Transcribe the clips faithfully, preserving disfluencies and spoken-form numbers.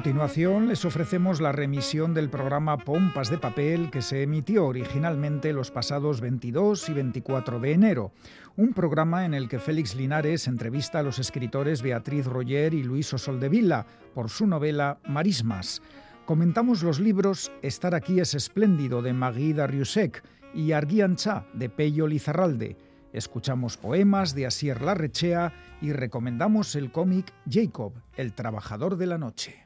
continuación les ofrecemos la remisión del programa Pompas de Papel que se emitió originalmente los pasados veintidós y veinticuatro de enero. Un programa en el que Félix Linares entrevista a los escritores Beatriz Roller y Luis Soldevila por su novela Marismas. Comentamos los libros Estar aquí es espléndido de Magui Dariussec y Argiantxa de Pello Lizarralde. Escuchamos poemas de Asier Larrechea y recomendamos el cómic Jacob, el trabajador de la noche.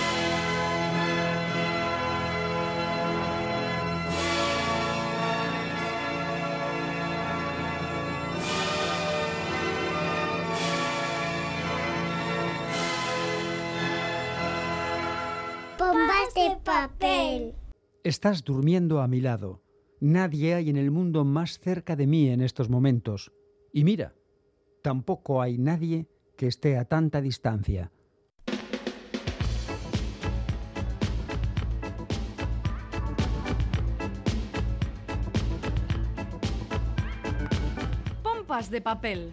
Pompas de papel. Estás durmiendo a mi lado. Nadie hay en el mundo más cerca de mí en estos momentos. Y mira, tampoco hay nadie que esté a tanta distancia. Pompas de papel.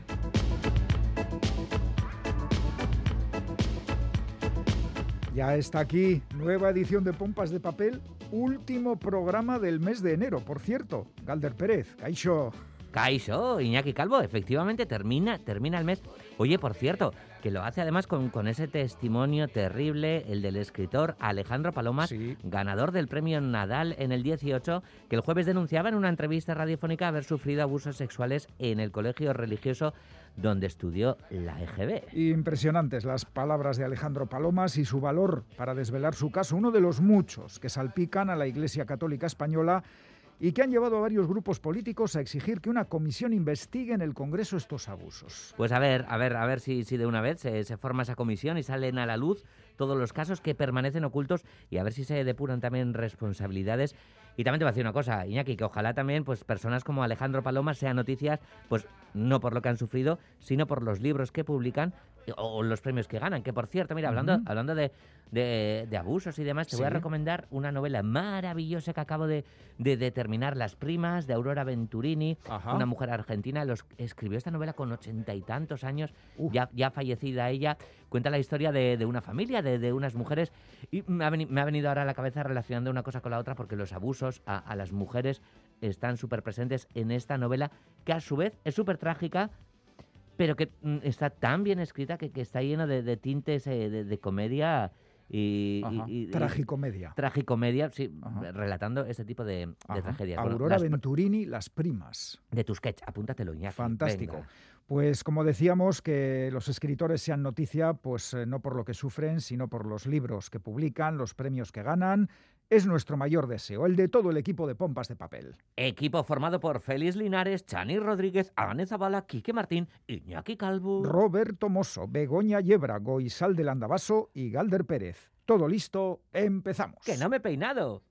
Ya está aquí, nueva edición de Pompas de Papel, último programa del mes de enero, por cierto. Galder Pérez, Kaixo. Kaixo, Iñaki Calvo, efectivamente termina, termina el mes. Oye, por cierto, que lo hace además con, con ese testimonio terrible, el del escritor Alejandro Palomas, Sí. ganador del premio Nadal en el dieciocho, que el jueves denunciaba en una entrevista radiofónica haber sufrido abusos sexuales en el colegio religioso donde estudió la E G B. Impresionantes las palabras de Alejandro Palomas y su valor para desvelar su caso, uno de los muchos que salpican a la Iglesia Católica Española y que han llevado a varios grupos políticos a exigir que una comisión investigue en el Congreso estos abusos. Pues a ver, a ver, a ver si, si de una vez se, se forma esa comisión y salen a la luz todos los casos que permanecen ocultos y a ver si se depuran también responsabilidades. Y también te voy a decir una cosa, Iñaki, que ojalá también pues personas como Alejandro Palomas sean noticias, pues no por lo que han sufrido, sino por los libros que publican o, o los premios que ganan. Que por cierto, mira, hablando, Uh-huh. hablando de, de, de abusos y demás, te voy a Sí. recomendar una novela maravillosa que acabo de, de, de terminar, Las primas, de Aurora Venturini, Ajá. una mujer argentina. Los, escribió esta novela con ochenta y tantos años, Uh. ya, ya fallecida ella. Cuenta la historia de, de una familia, de, de unas mujeres, y me ha, veni- me ha venido ahora a la cabeza relacionando una cosa con la otra, porque los abusos a, a las mujeres están súper presentes en esta novela, que a su vez es súper trágica, pero que mm, está tan bien escrita que, que está lleno de, de tintes eh, de, de comedia y, Ajá. y- y- Tragicomedia. tragicomedia, sí, Ajá. relatando este tipo de, de Ajá. tragedias. Bueno, Aurora las- Venturini, Las primas. de tu sketch, apúntatelo, Iñaki. Fantástico. Venga. Pues como decíamos, que los escritores sean noticia, pues eh, no por lo que sufren, sino por los libros que publican, los premios que ganan. Es nuestro mayor deseo, el de todo el equipo de Pompas de Papel. Equipo formado por Félix Linares, Chani Rodríguez, Ane Zabala, Quique Martín, Iñaki Calvo. Roberto Mosso, Begoña Yebra, Goizal del Andabaso y Galder Pérez. Todo listo, empezamos. ¡Que no me he peinado!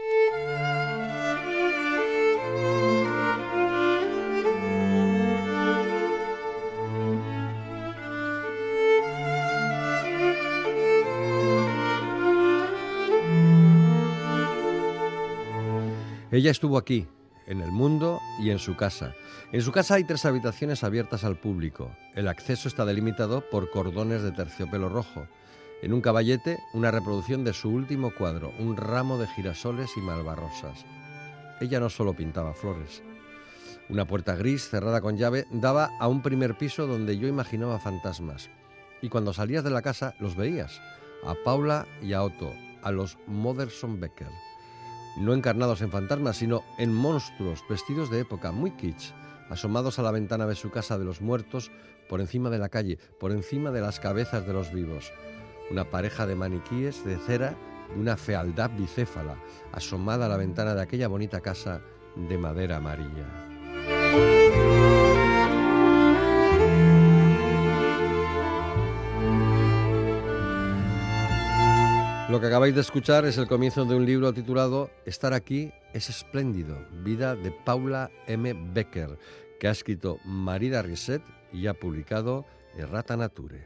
Ella estuvo aquí, en el mundo y en su casa. En su casa hay tres habitaciones abiertas al público. El acceso está delimitado por cordones de terciopelo rojo. En un caballete, una reproducción de su último cuadro, un ramo de girasoles y malvarrosas. Ella no solo pintaba flores. Una puerta gris, cerrada con llave, daba a un primer piso donde yo imaginaba fantasmas. Y cuando salías de la casa, los veías. A Paula y a Otto, a los Modersohn Becker. No encarnados en fantasmas, sino en monstruos vestidos de época, muy kitsch, asomados a la ventana de su casa de los muertos, por encima de la calle, por encima de las cabezas de los vivos. Una pareja de maniquíes de cera de una fealdad bicéfala, asomada a la ventana de aquella bonita casa de madera amarilla. Lo que acabáis de escuchar es el comienzo de un libro titulado Estar aquí es espléndido, vida de Paula M. Becker, que ha escrito Magui Dariussec y ha publicado Errata Nature.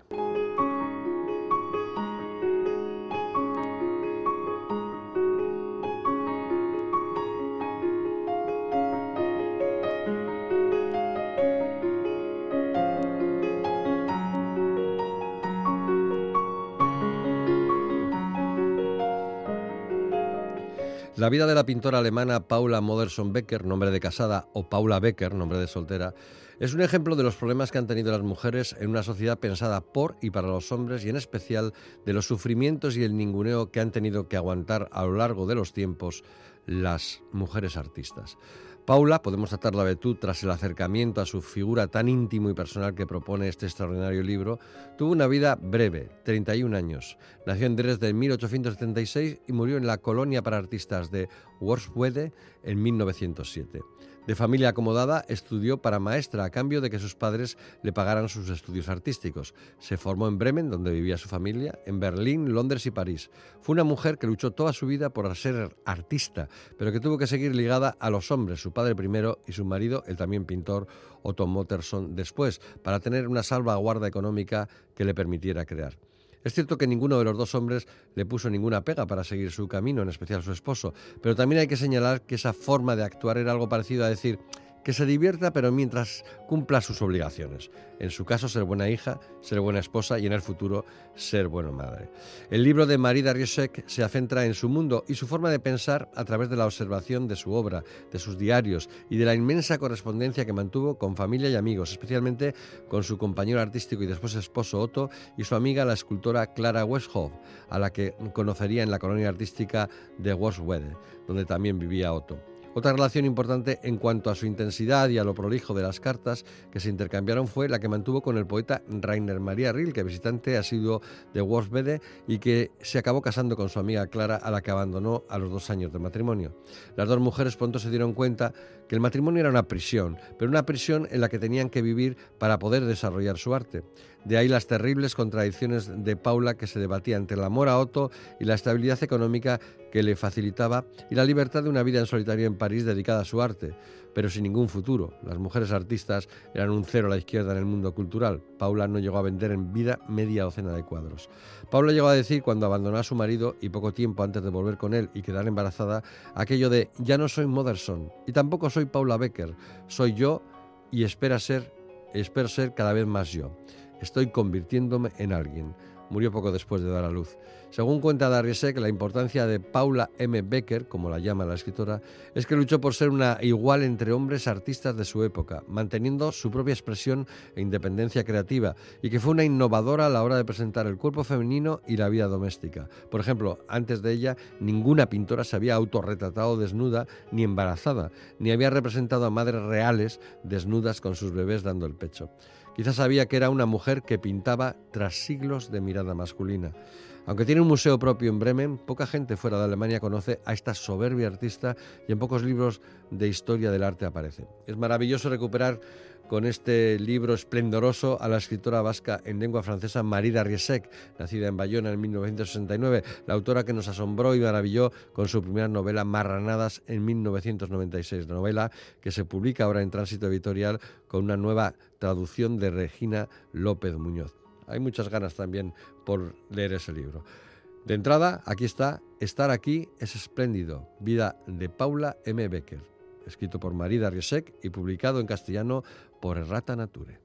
La vida de la pintora alemana Paula Modersohn-Becker, nombre de casada, o Paula Becker, nombre de soltera, es un ejemplo de los problemas que han tenido las mujeres en una sociedad pensada por y para los hombres, y en especial de los sufrimientos y el ninguneo que han tenido que aguantar a lo largo de los tiempos las mujeres artistas. Paula, podemos tratarla de tú tras el acercamiento a su figura tan íntimo y personal que propone este extraordinario libro, tuvo una vida breve, treinta y un años. Nació en Dresde en mil ochocientos setenta y seis y murió en la colonia para artistas de Worpswede en mil novecientos siete. De familia acomodada, estudió para maestra a cambio de que sus padres le pagaran sus estudios artísticos. Se formó en Bremen, donde vivía su familia, en Berlín, Londres y París. Fue una mujer que luchó toda su vida por ser artista, pero que tuvo que seguir ligada a los hombres, su padre primero y su marido, el también pintor Otto Modersohn, después, para tener una salvaguarda económica que le permitiera crear. Es cierto que ninguno de los dos hombres le puso ninguna pega para seguir su camino, en especial su esposo, pero también hay que señalar que esa forma de actuar era algo parecido a decir que se divierta pero mientras cumpla sus obligaciones. En su caso, ser buena hija, ser buena esposa y en el futuro ser buena madre. El libro de Marie Darrieussecq se centra en su mundo y su forma de pensar a través de la observación de su obra, de sus diarios y de la inmensa correspondencia que mantuvo con familia y amigos, especialmente con su compañero artístico y después esposo Otto y su amiga la escultora Clara Westhoff, a la que conocería en la colonia artística de Worpswede, donde también vivía Otto. Otra relación importante en cuanto a su intensidad y a lo prolijo de las cartas que se intercambiaron fue la que mantuvo con el poeta Rainer Maria Rilke, visitante asiduo de Worpswede y que se acabó casando con su amiga Clara, a la que abandonó a los dos años de matrimonio. Las dos mujeres pronto se dieron cuenta que el matrimonio era una prisión, pero una prisión en la que tenían que vivir para poder desarrollar su arte. De ahí las terribles contradicciones de Paula, que se debatía entre el amor a Otto y la estabilidad económica que le facilitaba y la libertad de una vida en solitario en París dedicada a su arte, pero sin ningún futuro. Las mujeres artistas eran un cero a la izquierda en el mundo cultural. Paula no llegó a vender en vida media docena de cuadros. Paula llegó a decir, cuando abandonó a su marido y poco tiempo antes de volver con él y quedar embarazada, aquello de «ya no soy Modersohn y tampoco soy Paula Becker, soy yo y espero ser, espero ser cada vez más yo. Estoy convirtiéndome en alguien». Murió poco después de dar a luz. Según cuenta Darrieussecq, la importancia de Paula M. Becker, como la llama la escritora, es que luchó por ser una igual entre hombres artistas de su época, manteniendo su propia expresión e independencia creativa, y que fue una innovadora a la hora de presentar el cuerpo femenino y la vida doméstica. Por ejemplo, antes de ella, ninguna pintora se había autorretratado desnuda ni embarazada, ni había representado a madres reales desnudas con sus bebés dando el pecho. Quizás sabía que era una mujer que pintaba tras siglos de mirada masculina. Aunque tiene un museo propio en Bremen, poca gente fuera de Alemania conoce a esta soberbia artista y en pocos libros de historia del arte aparece. Es maravilloso recuperar con este libro esplendoroso a la escritora vasca en lengua francesa Marie Darrieussecq, nacida en Bayona en mil novecientos sesenta y nueve, la autora que nos asombró y maravilló con su primera novela Marranadas en mil novecientos noventa y seis, novela que se publica ahora en Tránsito Editorial con una nueva traducción de Regina López Muñoz. Hay muchas ganas también por leer ese libro. De entrada, aquí está Estar aquí es espléndido, vida de Paula M. Becker, escrito por Marie Darrieussecq y publicado en castellano por Errata Nature.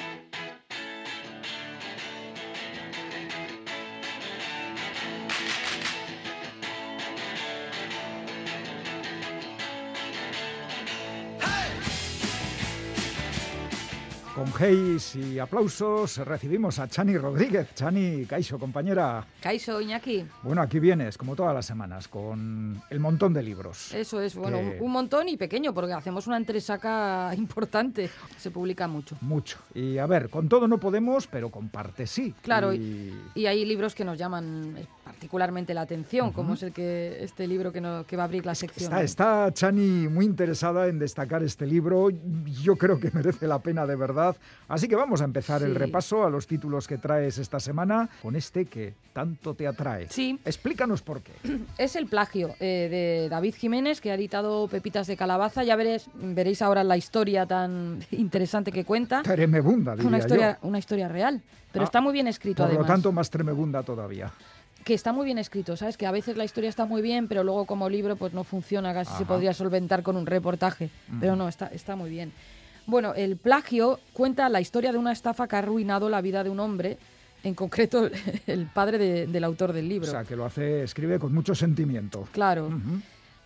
Con geis y aplausos recibimos a Chani Rodríguez. Chani, Caixo, compañera. Caixo, Iñaki. Bueno, aquí vienes, como todas las semanas, con el montón de libros. Eso es, bueno, que... un montón y pequeño, porque hacemos una entresaca importante. Se publica mucho. Mucho. Y a ver, con todo no podemos, pero con parte sí. Claro, y, y hay libros que nos llaman particularmente la atención, uh-huh. como es el que este libro que, no, que va a abrir la sección. Está, está Chani muy interesada en destacar este libro. Yo creo que merece la pena de verdad. Así que vamos a empezar sí. el repaso a los títulos que traes esta semana con este que tanto te atrae. Sí. Explícanos por qué. Es El plagio eh, de David Jiménez, que ha editado Pepitas de Calabaza. Ya veréis, veréis ahora la historia tan interesante que cuenta. Tremebunda, diría una historia, yo. Una historia real, pero ah, está muy bien escrito por además. Por lo tanto, más tremebunda todavía. Que está muy bien escrito, ¿sabes? Que a veces la historia está muy bien, pero luego como libro pues no funciona, casi Ajá. se podría solventar con un reportaje. Mm. Pero no, está, está muy bien. Bueno, El plagio cuenta la historia de una estafa que ha arruinado la vida de un hombre, en concreto el padre de, del autor del libro. O sea, que lo hace, escribe con mucho sentimiento. Claro. Uh-huh.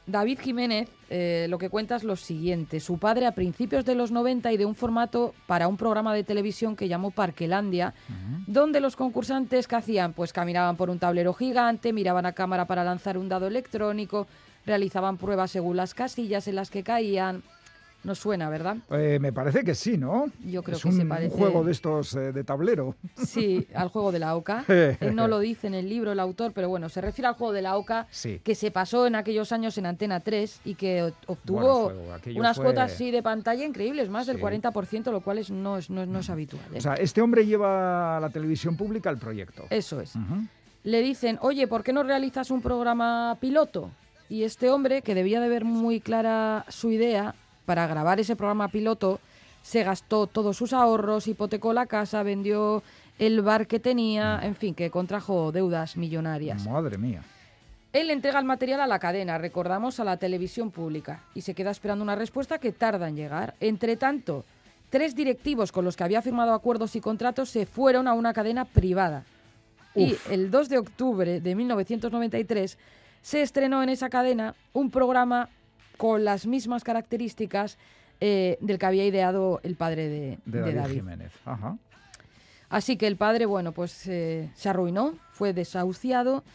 David Jiménez eh, lo que cuenta es lo siguiente. Su padre, a principios de los noventa, ideó un formato para un programa de televisión que llamó Parquelandia, uh-huh. donde los concursantes, ¿qué hacían? Pues caminaban por un tablero gigante, miraban a cámara para lanzar un dado electrónico, realizaban pruebas según las casillas en las que caían. ¿Nos suena, verdad? Eh, me parece que sí, ¿no? Yo creo es que un, se parece... un juego de estos eh, de tablero. Sí, al juego de la oca. Él no lo dice en el libro el autor, pero bueno, se refiere al juego de la oca sí. que se pasó en aquellos años en Antena tres y que obtuvo bueno, fue, unas fue... cuotas sí, de pantalla increíbles, más sí. del cuarenta por ciento, lo cual es, no, es, no, es, no es habitual. ¿eh? O sea, este hombre lleva a la televisión pública el proyecto. Eso es. Uh-huh. Le dicen, oye, ¿por qué no realizas un programa piloto? Y este hombre, que debía de ver muy clara su idea, para grabar ese programa piloto, se gastó todos sus ahorros, hipotecó la casa, vendió el bar que tenía, en fin, que contrajo deudas millonarias. Madre mía. Él entrega el material a la cadena, recordamos, a la televisión pública, y se queda esperando una respuesta que tarda en llegar. Entre tanto, tres directivos con los que había firmado acuerdos y contratos se fueron a una cadena privada. Uf. Y el dos de octubre de mil novecientos noventa y tres se estrenó en esa cadena un programa con las mismas características eh, del que había ideado el padre de, de, de David, David Jiménez. Ajá. Así que el padre, bueno, pues eh, se arruinó, fue desahuciado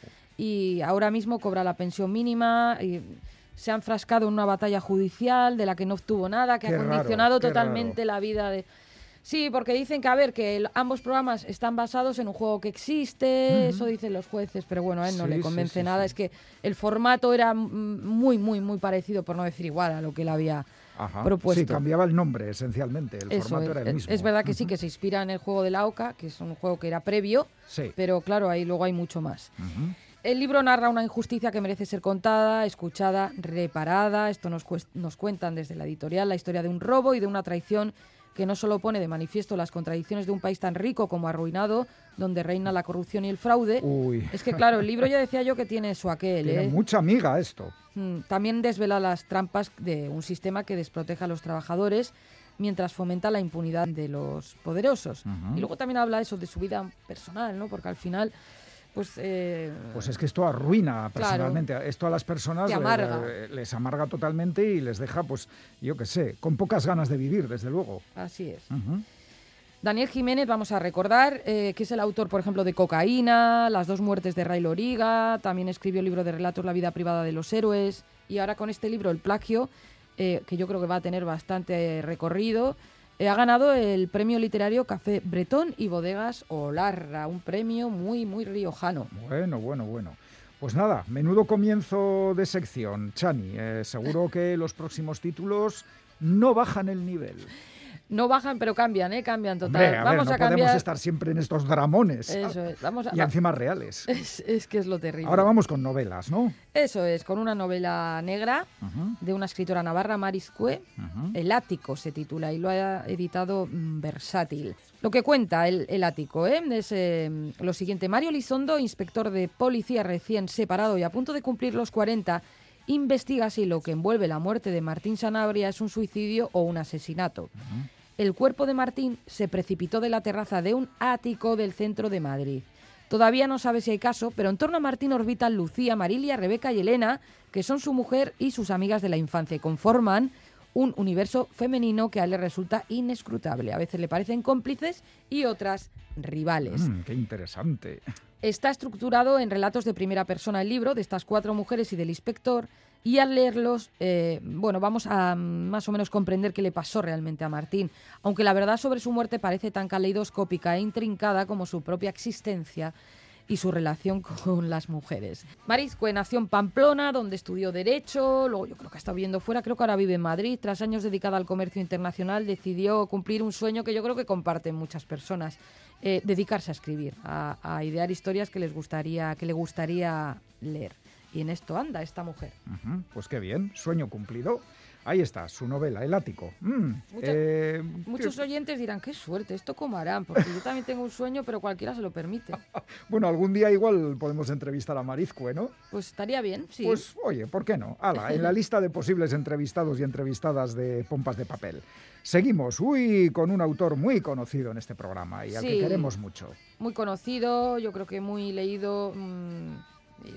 y ahora mismo cobra la pensión mínima. Y se ha enfrascado en una batalla judicial de la que no obtuvo nada, que qué ha condicionado raro, totalmente raro. la vida de... Sí, porque dicen que, a ver, que el, ambos programas están basados en un juego que existe, uh-huh. eso dicen los jueces, pero bueno, a él no sí, le convence sí, sí, nada. sí. Es que el formato era muy, muy, muy parecido, por no decir igual, a lo que él había Ajá. propuesto. Sí, cambiaba el nombre, esencialmente, el eso formato es, era el mismo. Es verdad que uh-huh. sí, que se inspira en el juego de la oca, que es un juego que era previo, sí. pero claro, ahí luego hay mucho más. Uh-huh. El libro narra una injusticia que merece ser contada, escuchada, reparada. Esto nos, cuest- nos cuentan desde la editorial la historia de un robo y de una traición que no solo pone de manifiesto las contradicciones de un país tan rico como arruinado, donde reina la corrupción y el fraude. Uy. Es que, claro, el libro ya decía yo que tiene su aquel. Tiene ¿eh? mucha miga esto. Mm, también desvela las trampas de un sistema que desprotege a los trabajadores mientras fomenta la impunidad de los poderosos. Uh-huh. Y luego también habla eso de su vida personal, ¿no? Porque al final... Pues, eh, pues es que esto arruina personalmente. Claro, esto a las personas amarga. Les, les amarga totalmente y les deja, pues, yo qué sé, con pocas ganas de vivir, desde luego. Así es. Uh-huh. Daniel Jiménez, vamos a recordar, eh, que es el autor, por ejemplo, de Cocaína, Las dos muertes de Ray Loriga, también escribió el libro de relatos La vida privada de los héroes, y ahora con este libro, El plagio, eh, que yo creo que va a tener bastante recorrido, ha ganado el premio literario Café Bretón y Bodegas Olarra, un premio muy, muy riojano. Bueno, bueno, bueno. Pues nada, menudo comienzo de sección, Chani. Eh, seguro que los próximos títulos no bajan el nivel. No bajan, pero cambian, ¿eh? Cambian total. Hombre, a vamos ver, no a cambiar... podemos estar siempre en estos dramones. Eso es. Vamos a... Y encima reales. Es, es que es lo terrible. Ahora vamos con novelas, ¿no? Eso es, con una novela negra uh-huh. de una escritora navarra, Mariscue. Uh-huh. El ático se titula y lo ha editado mm, Versátil. Lo que cuenta el, el ático ¿eh? es eh, lo siguiente. Mario Lizondo, inspector de policía recién separado y a punto de cumplir los cuarenta, investiga si lo que envuelve la muerte de Martín Sanabria es un suicidio o un asesinato. Uh-huh. El cuerpo de Martín se precipitó de la terraza de un ático del centro de Madrid. Todavía no sabe si hay caso, pero en torno a Martín orbitan Lucía, Marilia, Rebeca y Elena, que son su mujer y sus amigas de la infancia, y conforman un universo femenino que a él le resulta inescrutable. A veces le parecen cómplices y otras rivales. Mm, ¡Qué interesante! Está estructurado en relatos de primera persona el libro de estas cuatro mujeres y del inspector, y al leerlos, eh, bueno, vamos a más o menos comprender qué le pasó realmente a Martín, aunque la verdad sobre su muerte parece tan caleidoscópica e intrincada como su propia existencia y su relación con las mujeres. Mariscue nació en Pamplona, donde estudió Derecho, luego yo creo que ha estado viviendo fuera, creo que ahora vive en Madrid. Tras años dedicada al comercio internacional, decidió cumplir un sueño que yo creo que comparten muchas personas, eh, dedicarse a escribir, a, a idear historias que les gustaría, que le gustaría leer. Y en esto anda esta mujer. Uh-huh. Pues qué bien, sueño cumplido. Ahí está, su novela, El ático. Mm, Mucha, eh, muchos ¿qué? oyentes dirán, qué suerte, ¿esto cómo harán? Porque yo también tengo un sueño, pero cualquiera se lo permite. Bueno, algún día igual podemos entrevistar a Mariscue, ¿no? Pues estaría bien, sí. Pues oye, ¿por qué no? Hala, en la lista de posibles entrevistados y entrevistadas de Pompas de Papel. Seguimos, uy, con un autor muy conocido en este programa y al sí, que queremos mucho. Muy conocido, yo creo que muy leído... Mmm,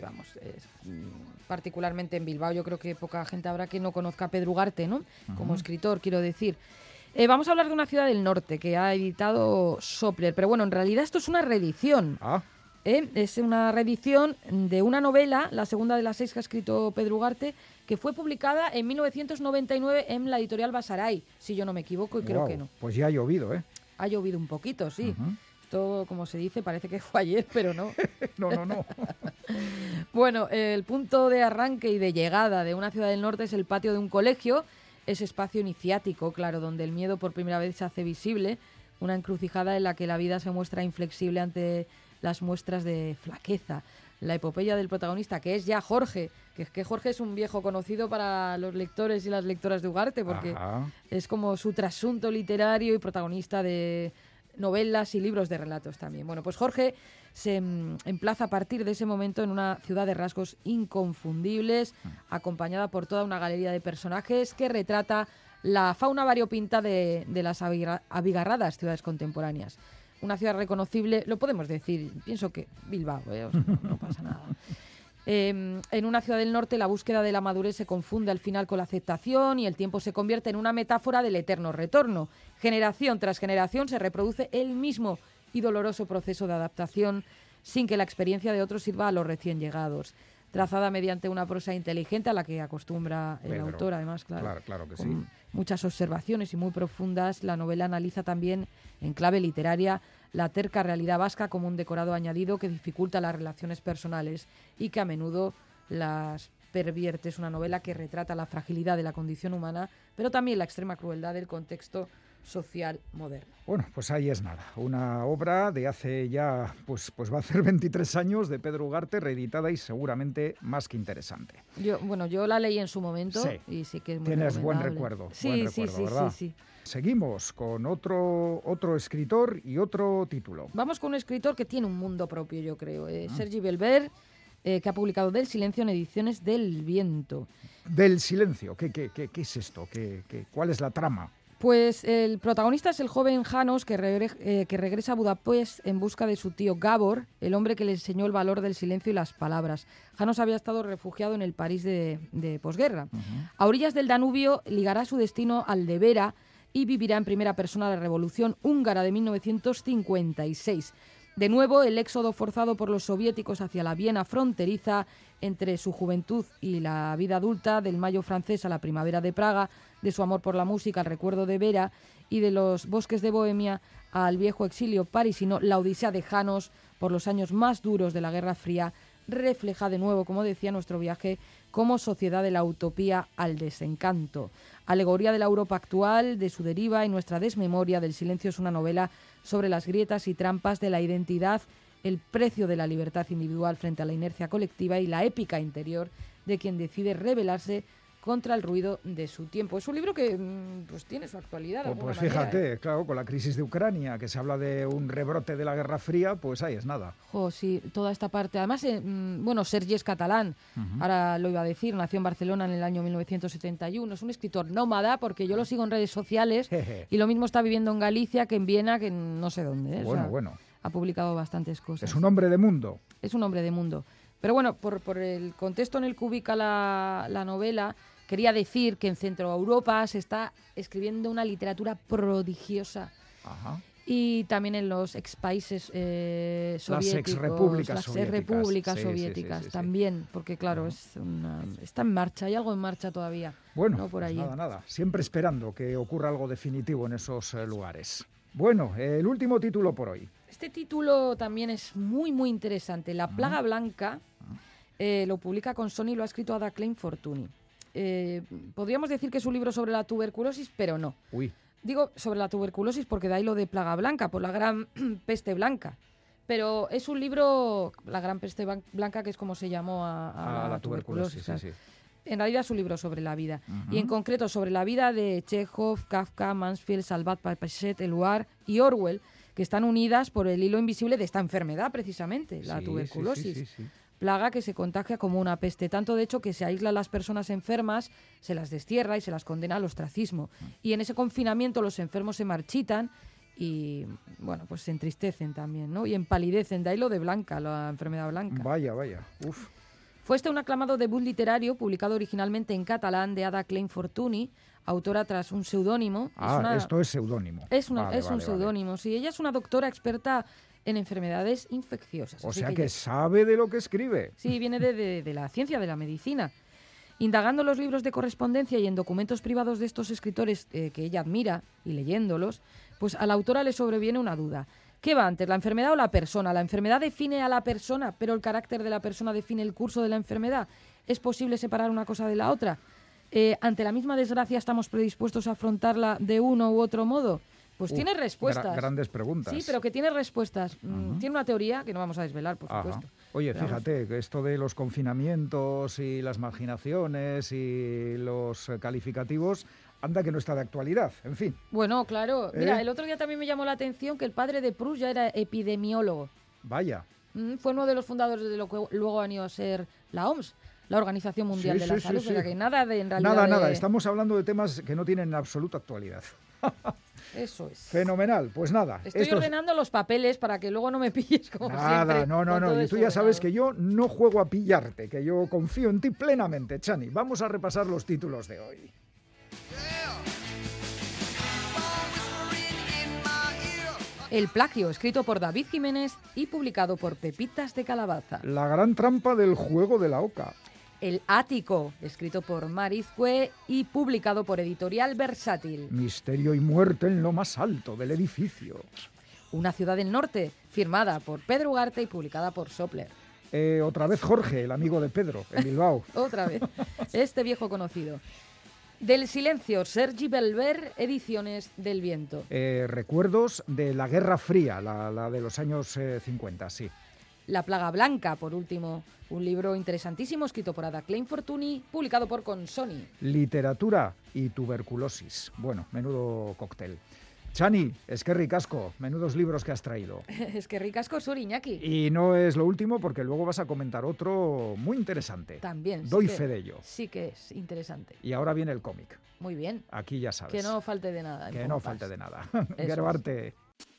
vamos, es, mm, particularmente en Bilbao, yo creo que poca gente habrá que no conozca a Pedro Ugarte, ¿no? Uh-huh. Como escritor, quiero decir. Eh, vamos a hablar de una ciudad del norte que ha editado Sopler, pero bueno, en realidad esto es una reedición. Ah. ¿Eh? Es una reedición de una novela, la segunda de las seis que ha escrito Pedro Ugarte, que fue publicada en mil novecientos noventa y nueve en la editorial Basaray, si yo no me equivoco, y wow, creo que no. Pues ya ha llovido, ¿eh? Ha llovido un poquito, sí. Uh-huh. Esto, como se dice, parece que fue ayer, pero no. no, no, no. Bueno, el punto de arranque y de llegada de una ciudad del norte es el patio de un colegio, ese espacio iniciático, claro, donde el miedo por primera vez se hace visible, una encrucijada en la que la vida se muestra inflexible ante las muestras de flaqueza. La epopeya del protagonista, que es ya Jorge, que es que Jorge es un viejo conocido para los lectores y las lectoras de Ugarte, porque Ajá. es como su trasunto literario y protagonista de novelas y libros de relatos también. Bueno, pues Jorge se mm, emplaza a partir de ese momento en una ciudad de rasgos inconfundibles, acompañada por toda una galería de personajes que retrata la fauna variopinta de, de las abiga- abigarradas ciudades contemporáneas. Una ciudad reconocible, lo podemos decir, pienso que Bilbao, ¿eh? O sea, no, no pasa nada. Eh, en una ciudad del norte la búsqueda de la madurez se confunde al final con la aceptación y el tiempo se convierte en una metáfora del eterno retorno. Generación tras generación se reproduce el mismo y doloroso proceso de adaptación sin que la experiencia de otros sirva a los recién llegados. Trazada mediante una prosa inteligente a la que acostumbra el Pedro. autor, además, claro, Claro, claro que con sí. muchas observaciones y muy profundas, la novela analiza también, en clave literaria, la terca realidad vasca como un decorado añadido que dificulta las relaciones personales y que a menudo las pervierte. Es una novela que retrata la fragilidad de la condición humana, pero también la extrema crueldad del contexto social moderno. Bueno, pues ahí es nada. Una obra de hace ya, pues, pues va a hacer veintitrés años, de Pedro Ugarte, reeditada y seguramente más que interesante. Yo, bueno, yo la leí en su momento Sí. y sí que es muy Tienes buen recomendable. recuerdo, Sí, buen sí, recuerdo, sí, ¿verdad? sí, sí. Seguimos con otro, otro escritor y otro título. Vamos con un escritor que tiene un mundo propio, yo creo. Eh, Ah. Sergi Belver, eh, que ha publicado Del silencio en ediciones del Viento. Del silencio, ¿qué, qué, qué, qué es esto? ¿Qué, qué, ¿Cuál es la trama? Pues el protagonista es el joven Janos que, regre- eh, que regresa a Budapest en busca de su tío Gábor, el hombre que le enseñó el valor del silencio y las palabras. Janos había estado refugiado en el París de, de posguerra. Uh-huh. A orillas del Danubio ligará su destino al de Vera y vivirá en primera persona la Revolución Húngara de mil novecientos cincuenta y seis. De nuevo, el éxodo forzado por los soviéticos hacia la Viena fronteriza entre su juventud y la vida adulta, del Mayo francés a la primavera de Praga, de su amor por la música al recuerdo de Vera y de los bosques de Bohemia al viejo exilio parisino, la odisea de Janos por los años más duros de la Guerra Fría refleja de nuevo, como decía, nuestro viaje como sociedad de la utopía al desencanto. Alegoría de la Europa actual, de su deriva y nuestra desmemoria. Del silencio es una novela sobre las grietas y trampas de la identidad, el precio de la libertad individual frente a la inercia colectiva y la épica interior de quien decide rebelarse contra el ruido de su tiempo. Es un libro que pues tiene su actualidad. De Pues, pues manera, fíjate, ¿eh? claro, con la crisis de Ucrania, que se habla de un rebrote de la Guerra Fría, pues ahí es nada. Jo, sí, toda esta parte. Además, eh, bueno, Sergi es catalán, uh-huh. ahora lo iba a decir, nació en Barcelona en el año mil novecientos setenta y uno. Es un escritor nómada, porque yo lo sigo en redes sociales y lo mismo está viviendo en Galicia que en Viena, que en no sé dónde. ¿eh? Bueno, o sea, bueno. Ha publicado bastantes cosas. Es un hombre de mundo. Es un hombre de mundo. Pero bueno, por, por el contexto en el que ubica la, la novela, quería decir que en Centro Europa se está escribiendo una literatura prodigiosa. Ajá. Y también en los ex países eh, soviéticos, las ex-repúblicas las soviéticas, repúblicas sí, soviéticas sí, sí, sí, también, porque claro, uh-huh. es una, está en marcha, hay algo en marcha todavía. Bueno, ¿no? Por pues allí. nada, nada, siempre esperando que ocurra algo definitivo en esos eh, lugares. Bueno, eh, el último título por hoy. Este título también es muy, muy interesante. La plaga uh-huh. blanca eh, lo publica con Sony, lo ha escrito Ada Klein Fortuny. Eh, podríamos decir que es un libro sobre la tuberculosis, pero no. Uy. Digo sobre la tuberculosis porque de ahí lo de plaga blanca, por la gran peste blanca. Pero es un libro, la gran peste blanca, que es como se llamó a, a, a la, la tuberculosis. tuberculosis sí, sí. En realidad es un libro sobre la vida. Uh-huh. Y en concreto sobre la vida de Chekhov, Kafka, Mansfield, Salvat Papaset, Eluard y Orwell, que están unidas por el hilo invisible de esta enfermedad, precisamente, la sí, tuberculosis. Sí, sí, sí, sí. Plaga que se contagia como una peste, tanto de hecho que se aísla a las personas enfermas, se las destierra y se las condena al ostracismo. Y en ese confinamiento los enfermos se marchitan y, bueno, pues se entristecen también, ¿no? Y empalidecen, de ahí lo de blanca, la enfermedad blanca. Vaya, vaya, uf. Fue este un aclamado debut literario publicado originalmente en catalán de Ada Klein Fortuny, autora tras un seudónimo. Ah, es una, esto es seudónimo. Es, una, vale, es vale, un vale. seudónimo, sí. Ella es una doctora experta en enfermedades infecciosas. O así sea que, que que sabe de lo que escribe. Sí, viene de, de, de la ciencia, de la medicina. Indagando en los libros de correspondencia y en documentos privados de estos escritores eh, que ella admira y leyéndolos, pues a la autora le sobreviene una duda. ¿Qué va antes, la enfermedad o la persona? La enfermedad define a la persona, pero el carácter de la persona define el curso de la enfermedad. ¿Es posible separar una cosa de la otra? Eh, ¿Ante la misma desgracia estamos predispuestos a afrontarla de uno u otro modo? Pues Uf, tiene respuestas. gra- grandes preguntas. Sí, pero que tiene respuestas. Mm, Ajá. Tiene una teoría que no vamos a desvelar, por Ajá. supuesto. Oye, Pero vamos. fíjate, que esto de los confinamientos y las marginaciones y los eh, calificativos, anda que no está de actualidad, en fin. Bueno, claro. Mira, ¿Eh? el otro día también me llamó la atención que el padre de Proust ya era epidemiólogo. Vaya. Mm, Fue uno de los fundadores de lo que luego han ido a ser la O M S, la Organización Mundial Sí, de la sí, sí, Salud. sí. O sea que nada de en realidad. Nada, de- nada, estamos hablando de temas que no tienen en absoluta actualidad. Eso es. Fenomenal, pues nada. Estoy esto es- ordenando los papeles para que luego no me pilles como Nada, siempre. no, no, con no. todo Y tú ya sabes desordenado. que yo no juego a pillarte, que yo confío en ti plenamente, Chani. Vamos a repasar los títulos de hoy. El plagio, escrito por David Jiménez y publicado por Pepitas de Calabaza. La gran trampa del juego de la oca. El ático, escrito por Marizcue y publicado por Editorial Versátil. Misterio y muerte en lo más alto del edificio. Una ciudad del norte, firmada por Pedro Ugarte y publicada por Sopler. Eh, otra vez Jorge, el amigo de Pedro, en Bilbao. Otra vez, este viejo conocido. Del silencio, Sergi Belver, Ediciones del Viento. Eh, recuerdos de la Guerra Fría, la, la de los años eh, cincuenta, sí. La plaga blanca, por último, un libro interesantísimo escrito por Ada Klein Fortuny, publicado por Consoni. Literatura y tuberculosis. Bueno, menudo cóctel. Chani, es que ricasco, menudos libros que has traído. Es que ricasco sur, Iñaki. Y no es lo último porque luego vas a comentar otro muy interesante. También. sí Doy que- fe de ello. Sí que es interesante. Y ahora viene el cómic. Muy bien. Aquí ya sabes. Que no falte de nada. en Que no Pompas. falte de nada. es. Gerbarte.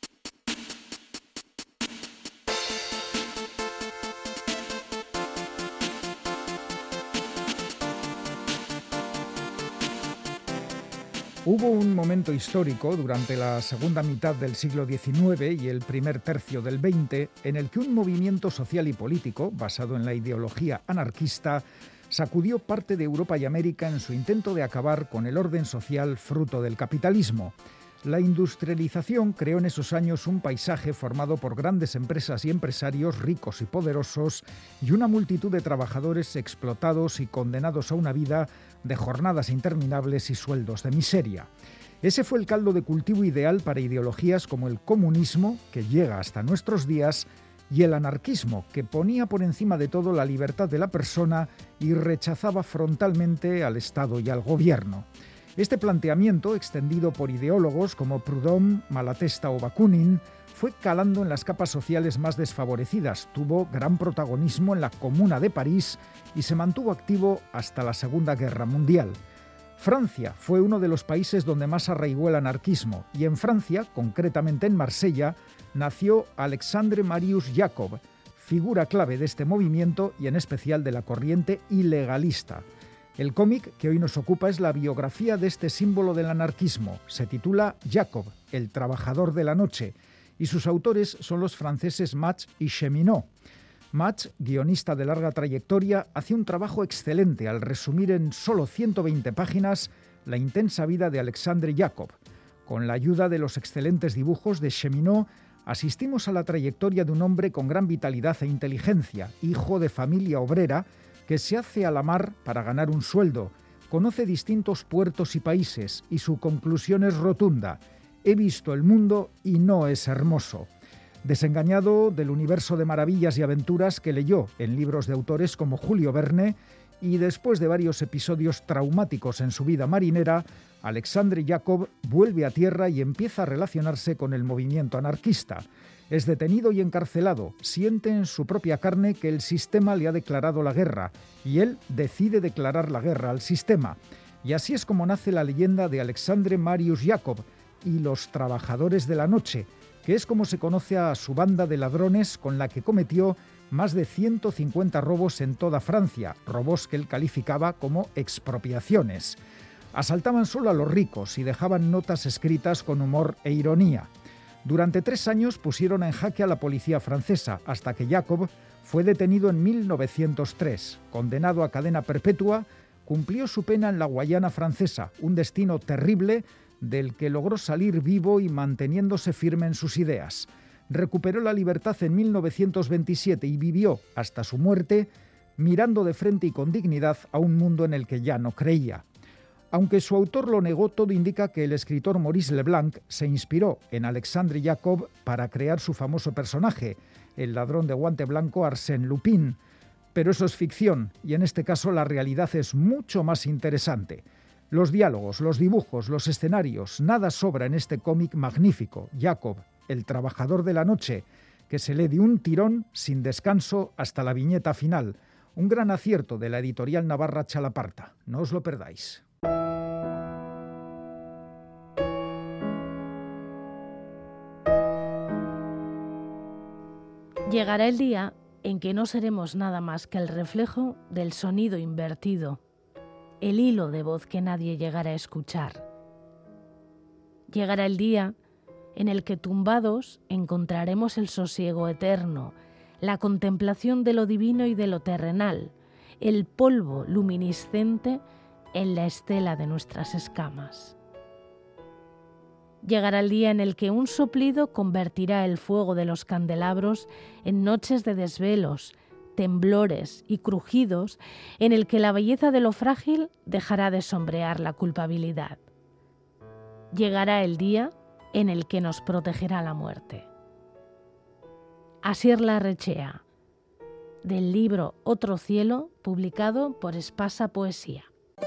Hubo un momento histórico durante la segunda mitad del siglo diecinueve y el primer tercio del veinte en el que un movimiento social y político, basado en la ideología anarquista, sacudió parte de Europa y América en su intento de acabar con el orden social fruto del capitalismo. La industrialización creó en esos años un paisaje formado por grandes empresas y empresarios ricos y poderosos y una multitud de trabajadores explotados y condenados a una vida de jornadas interminables y sueldos de miseria. Ese fue el caldo de cultivo ideal para ideologías como el comunismo, que llega hasta nuestros días, y el anarquismo, que ponía por encima de todo la libertad de la persona y rechazaba frontalmente al Estado y al gobierno. Este planteamiento, extendido por ideólogos como Proudhon, Malatesta o Bakunin, fue calando en las capas sociales más desfavorecidas, tuvo gran protagonismo en la Comuna de París y se mantuvo activo hasta la Segunda Guerra Mundial. Francia fue uno de los países donde más arraigó el anarquismo, y en Francia, concretamente en Marsella, nació Alexandre Marius Jacob, figura clave de este movimiento y en especial de la corriente ilegalista. El cómic que hoy nos ocupa es la biografía de este símbolo del anarquismo. Se titula Jacob, el trabajador de la noche, y sus autores son los franceses Match y Cheminot. Match, guionista de larga trayectoria, hace un trabajo excelente al resumir en solo ciento veinte páginas la intensa vida de Alexandre Jacob. Con la ayuda de los excelentes dibujos de Cheminot, asistimos a la trayectoria de un hombre con gran vitalidad e inteligencia, hijo de familia obrera, que se hace a la mar para ganar un sueldo, conoce distintos puertos y países, y su conclusión es rotunda: he visto el mundo y no es hermoso. Desengañado del universo de maravillas y aventuras que leyó en libros de autores como Julio Verne, y después de varios episodios traumáticos en su vida marinera, Alexandre Jacob vuelve a tierra y empieza a relacionarse con el movimiento anarquista. Es detenido y encarcelado, siente en su propia carne que el sistema le ha declarado la guerra, y él decide declarar la guerra al sistema. Y así es como nace la leyenda de Alexandre Marius Jacob y los Trabajadores de la Noche, que es como se conoce a su banda de ladrones con la que cometió más de ciento cincuenta robos en toda Francia, robos que él calificaba como expropiaciones. Asaltaban solo a los ricos y dejaban notas escritas con humor e ironía. Durante tres años pusieron en jaque a la policía francesa, hasta que Jacob fue detenido en mil novecientos tres. Condenado a cadena perpetua, cumplió su pena en la Guayana francesa, un destino terrible del que logró salir vivo y manteniéndose firme en sus ideas. Recuperó la libertad en mil novecientos veintisiete y vivió, hasta su muerte, mirando de frente y con dignidad a un mundo en el que ya no creía. Aunque su autor lo negó, todo indica que el escritor Maurice Leblanc se inspiró en Alexandre Jacob para crear su famoso personaje, el ladrón de guante blanco Arsène Lupin. Pero eso es ficción, y en este caso la realidad es mucho más interesante. Los diálogos, los dibujos, los escenarios, nada sobra en este cómic magnífico, Jacob, el trabajador de la noche, que se lee de un tirón sin descanso hasta la viñeta final. Un gran acierto de la editorial navarra Chalaparta. No os lo perdáis. Llegará el día en que no seremos nada más que el reflejo del sonido invertido, el hilo de voz que nadie llegará a escuchar. Llegará el día en el que tumbados encontraremos el sosiego eterno, la contemplación de lo divino y de lo terrenal, el polvo luminiscente en la estela de nuestras escamas. Llegará el día en el que un soplido convertirá el fuego de los candelabros en noches de desvelos, temblores y crujidos, en el que la belleza de lo frágil dejará de sombrear la culpabilidad. Llegará el día en el que nos protegerá la muerte. Asier Larrechea, del libro Otro cielo, publicado por Espasa Poesía.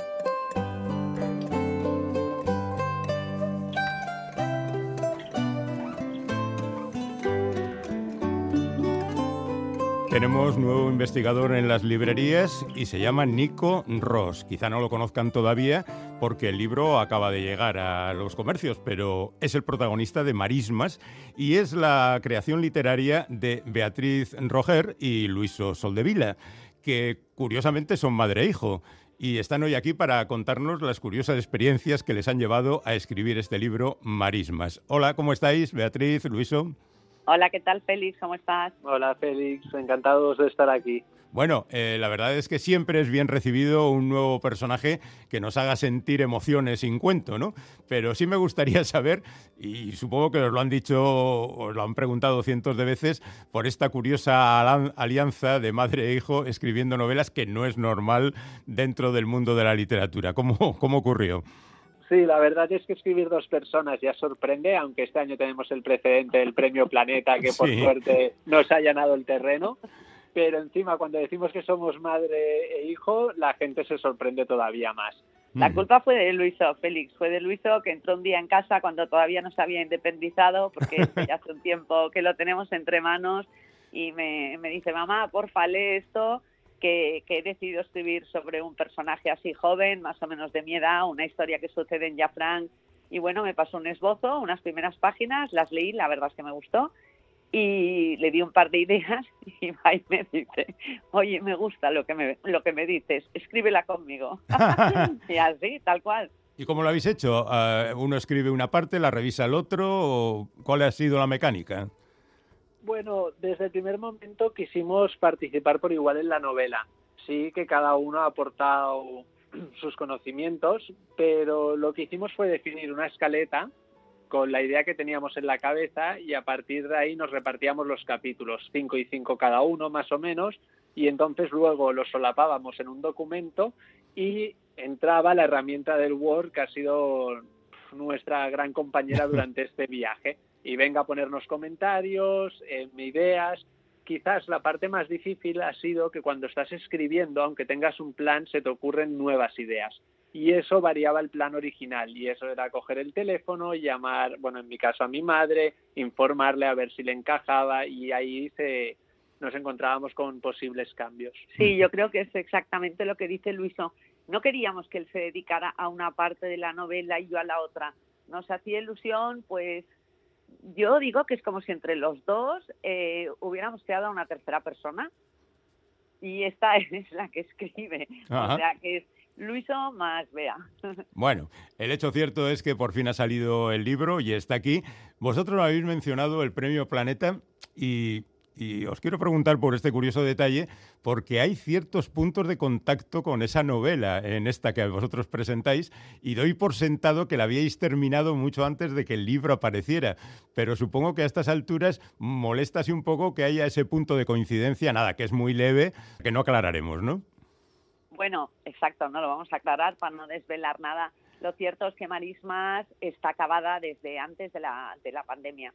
Tenemos nuevo investigador en las librerías y se llama Nico Ros. Quizá no lo conozcan todavía porque el libro acaba de llegar a los comercios, pero es el protagonista de Marismas y es la creación literaria de Beatriz Roger y Luiso Soldevila, que curiosamente son madre e hijo. Y están hoy aquí para contarnos las curiosas experiencias que les han llevado a escribir este libro Marismas. Hola, ¿cómo estáis, Beatriz, Luiso? Hola, ¿qué tal, Félix? ¿Cómo estás? Hola, Félix. Encantados de estar aquí. Bueno, eh, la verdad es que siempre es bien recibido un nuevo personaje que nos haga sentir emociones sin cuento, ¿no? Pero sí me gustaría saber, y supongo que os lo han dicho, os lo han preguntado cientos de veces, por esta curiosa alianza de madre e hijo escribiendo novelas que no es normal dentro del mundo de la literatura. ¿Cómo, cómo ocurrió? Sí, la verdad es que escribir dos personas ya sorprende, aunque este año tenemos el precedente del Premio Planeta, que por sí. suerte nos ha allanado el terreno. Pero encima, cuando decimos que somos madre e hijo, la gente se sorprende todavía más. La culpa fue de Luiso, Félix. Fue de Luiso, que entró un día en casa cuando todavía no se había independizado, porque ya hace un tiempo que lo tenemos entre manos, y me, me dice, mamá, porfa, lee esto, que, que he decidido escribir sobre un personaje así joven, más o menos de mi edad, una historia que sucede en Llafranc. Y bueno, me pasó un esbozo, unas primeras páginas, las leí, la verdad es que me gustó. Y le di un par de ideas y va y me dice, oye, me gusta lo que me, lo que me dices, escríbela conmigo. Y así, tal cual. ¿Y cómo lo habéis hecho? Uh, ¿Uno escribe una parte, la revisa el otro? ¿O cuál ha sido la mecánica? Bueno, desde el primer momento quisimos participar por igual en la novela. Sí que cada uno ha aportado sus conocimientos, pero lo que hicimos fue definir una escaleta con la idea que teníamos en la cabeza, y a partir de ahí nos repartíamos los capítulos, cinco y cinco cada uno más o menos, y entonces luego los solapábamos en un documento y entraba la herramienta del Word, que ha sido nuestra gran compañera durante este viaje, y venga a ponernos comentarios, eh, ideas. Quizás la parte más difícil ha sido que cuando estás escribiendo, aunque tengas un plan, se te ocurren nuevas ideas. Y eso variaba el plan original, y eso era coger el teléfono, llamar, bueno, en mi caso a mi madre, informarle a ver si le encajaba, y ahí se, nos encontrábamos con posibles cambios. Sí, yo creo que es exactamente lo que dice Luiso. No queríamos que él se dedicara a una parte de la novela y yo a la otra. Nos hacía ilusión, pues, yo digo que es como si entre los dos eh, hubiéramos creado a una tercera persona y esta es la que escribe. Ajá. O sea, que es Luiso más Bea. Bueno, el hecho cierto es que por fin ha salido el libro y está aquí. Vosotros habéis mencionado el Premio Planeta y, y os quiero preguntar por este curioso detalle, porque hay ciertos puntos de contacto con esa novela en esta que vosotros presentáis y doy por sentado que la habíais terminado mucho antes de que el libro apareciera, pero supongo que a estas alturas molesta así un poco que haya ese punto de coincidencia, nada, que es muy leve, que no aclararemos, ¿no? Bueno, exacto, no lo vamos a aclarar para no desvelar nada. Lo cierto es que Marismas está acabada desde antes de la, de la pandemia.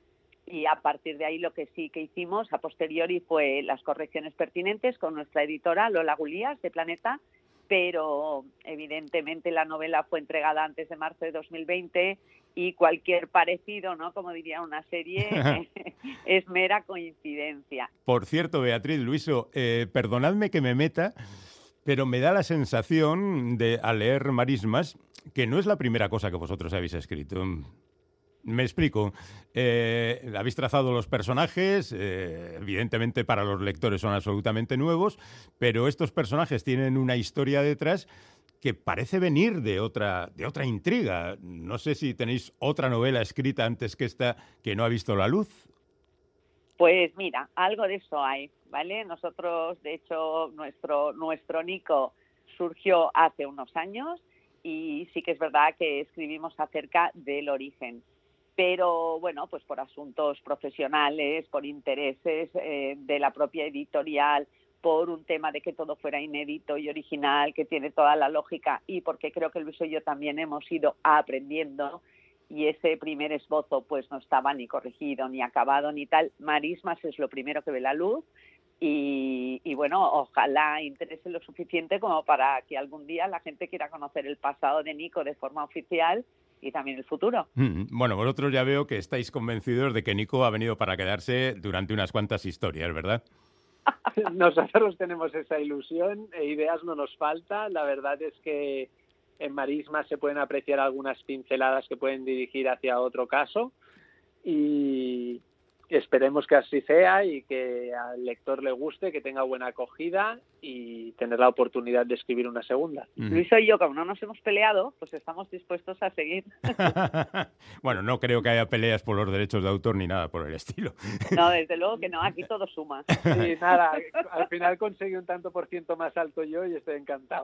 Y a partir de ahí lo que sí que hicimos a posteriori fue las correcciones pertinentes con nuestra editora Lola Gulías de Planeta, pero evidentemente la novela fue entregada antes de marzo de dos mil veinte y cualquier parecido, ¿no? Como diría una serie, es mera coincidencia. Por cierto, Beatriz, Luiso, eh, perdonadme que me meta, pero me da la sensación, de al leer Marismas, que no es la primera cosa que vosotros habéis escrito. Me explico. Eh, habéis trazado los personajes, eh, evidentemente para los lectores son absolutamente nuevos, pero estos personajes tienen una historia detrás que parece venir de otra, de otra intriga. No sé si tenéis otra novela escrita antes que esta que no ha visto la luz. Pues mira, algo de eso hay, ¿vale? Nosotros, de hecho, nuestro, nuestro Nico surgió hace unos años y sí que es verdad que escribimos acerca del origen. Pero, bueno, pues por asuntos profesionales, por intereses eh, de la propia editorial, por un tema de que todo fuera inédito y original, que tiene toda la lógica, y porque creo que Luis y yo también hemos ido aprendiendo, y ese primer esbozo pues no estaba ni corregido, ni acabado, ni tal. Marismas es lo primero que ve la luz, y, y bueno, ojalá interese lo suficiente como para que algún día la gente quiera conocer el pasado de Nico de forma oficial, y también el futuro. Mm, bueno, vosotros ya veo que estáis convencidos de que Nico ha venido para quedarse durante unas cuantas historias, ¿verdad? Nosotros tenemos esa ilusión, e ideas no nos falta. La verdad es que en Marismas se pueden apreciar algunas pinceladas que pueden dirigir hacia otro caso y esperemos que así sea y que al lector le guste, que tenga buena acogida y tener la oportunidad de escribir una segunda. Mm. Luis y yo, como no nos hemos peleado, pues estamos dispuestos a seguir. Bueno, no creo que haya peleas por los derechos de autor ni nada por el estilo. No, desde luego que no, aquí todo suma. Sí, nada, al final conseguí un tanto por ciento más alto yo y estoy encantado.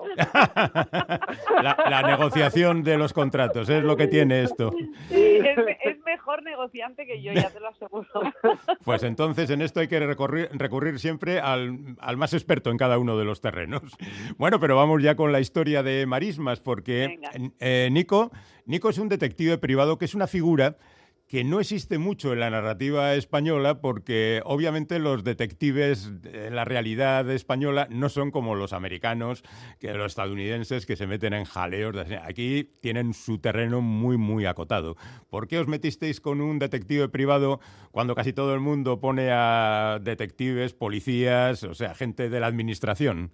La, la negociación de los contratos es lo que tiene esto. Sí, es, es mejor negociante que yo, ya te lo aseguro. Pues entonces en esto hay que recurrir, recurrir siempre al, al más experto en cada uno de los terrenos. Bueno, pero vamos ya con la historia de Marismas, porque eh, Nico, Nico es un detective privado que es una figura que no existe mucho en la narrativa española porque obviamente los detectives en la realidad española no son como los americanos, que los estadounidenses que se meten en jaleos. Aquí tienen su terreno muy, muy acotado. ¿Por qué os metisteis con un detective privado cuando casi todo el mundo pone a detectives, policías, o sea, gente de la administración?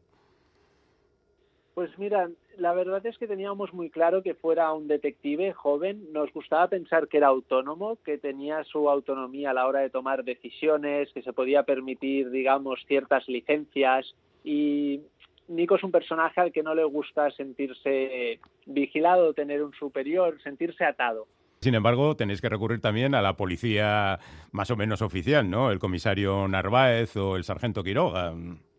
Pues mira, la verdad es que teníamos muy claro que fuera un detective joven. Nos gustaba pensar que era autónomo, que tenía su autonomía a la hora de tomar decisiones, que se podía permitir, digamos, ciertas licencias. Y Nico es un personaje al que no le gusta sentirse vigilado, tener un superior, sentirse atado. Sin embargo, tenéis que recurrir también a la policía más o menos oficial, ¿no? El comisario Narváez o el sargento Quiroga.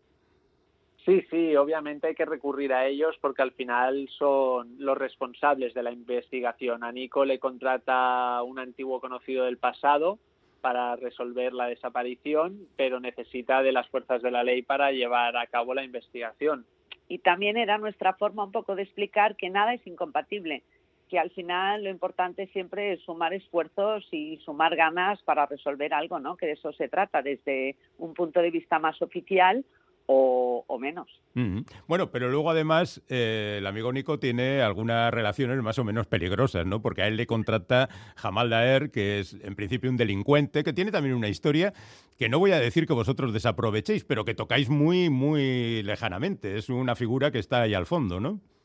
Sí, sí, obviamente hay que recurrir a ellos porque al final son los responsables de la investigación. A Nico le contrata un antiguo conocido del pasado para resolver la desaparición, pero necesita de las fuerzas de la ley para llevar a cabo la investigación. Y también era nuestra forma un poco de explicar que nada es incompatible, que al final lo importante siempre es sumar esfuerzos y sumar ganas para resolver algo, ¿no? Que de eso se trata, desde un punto de vista más oficial O, o menos. Mm-hmm. Bueno, pero luego además eh, el amigo Nico tiene algunas relaciones más o menos peligrosas, ¿no? Porque a él le contrata Jamal Daer, que es en principio un delincuente, que tiene también una historia que no voy a decir que vosotros desaprovechéis, pero que tocáis muy, muy lejanamente. Es una figura que está ahí al fondo, ¿no?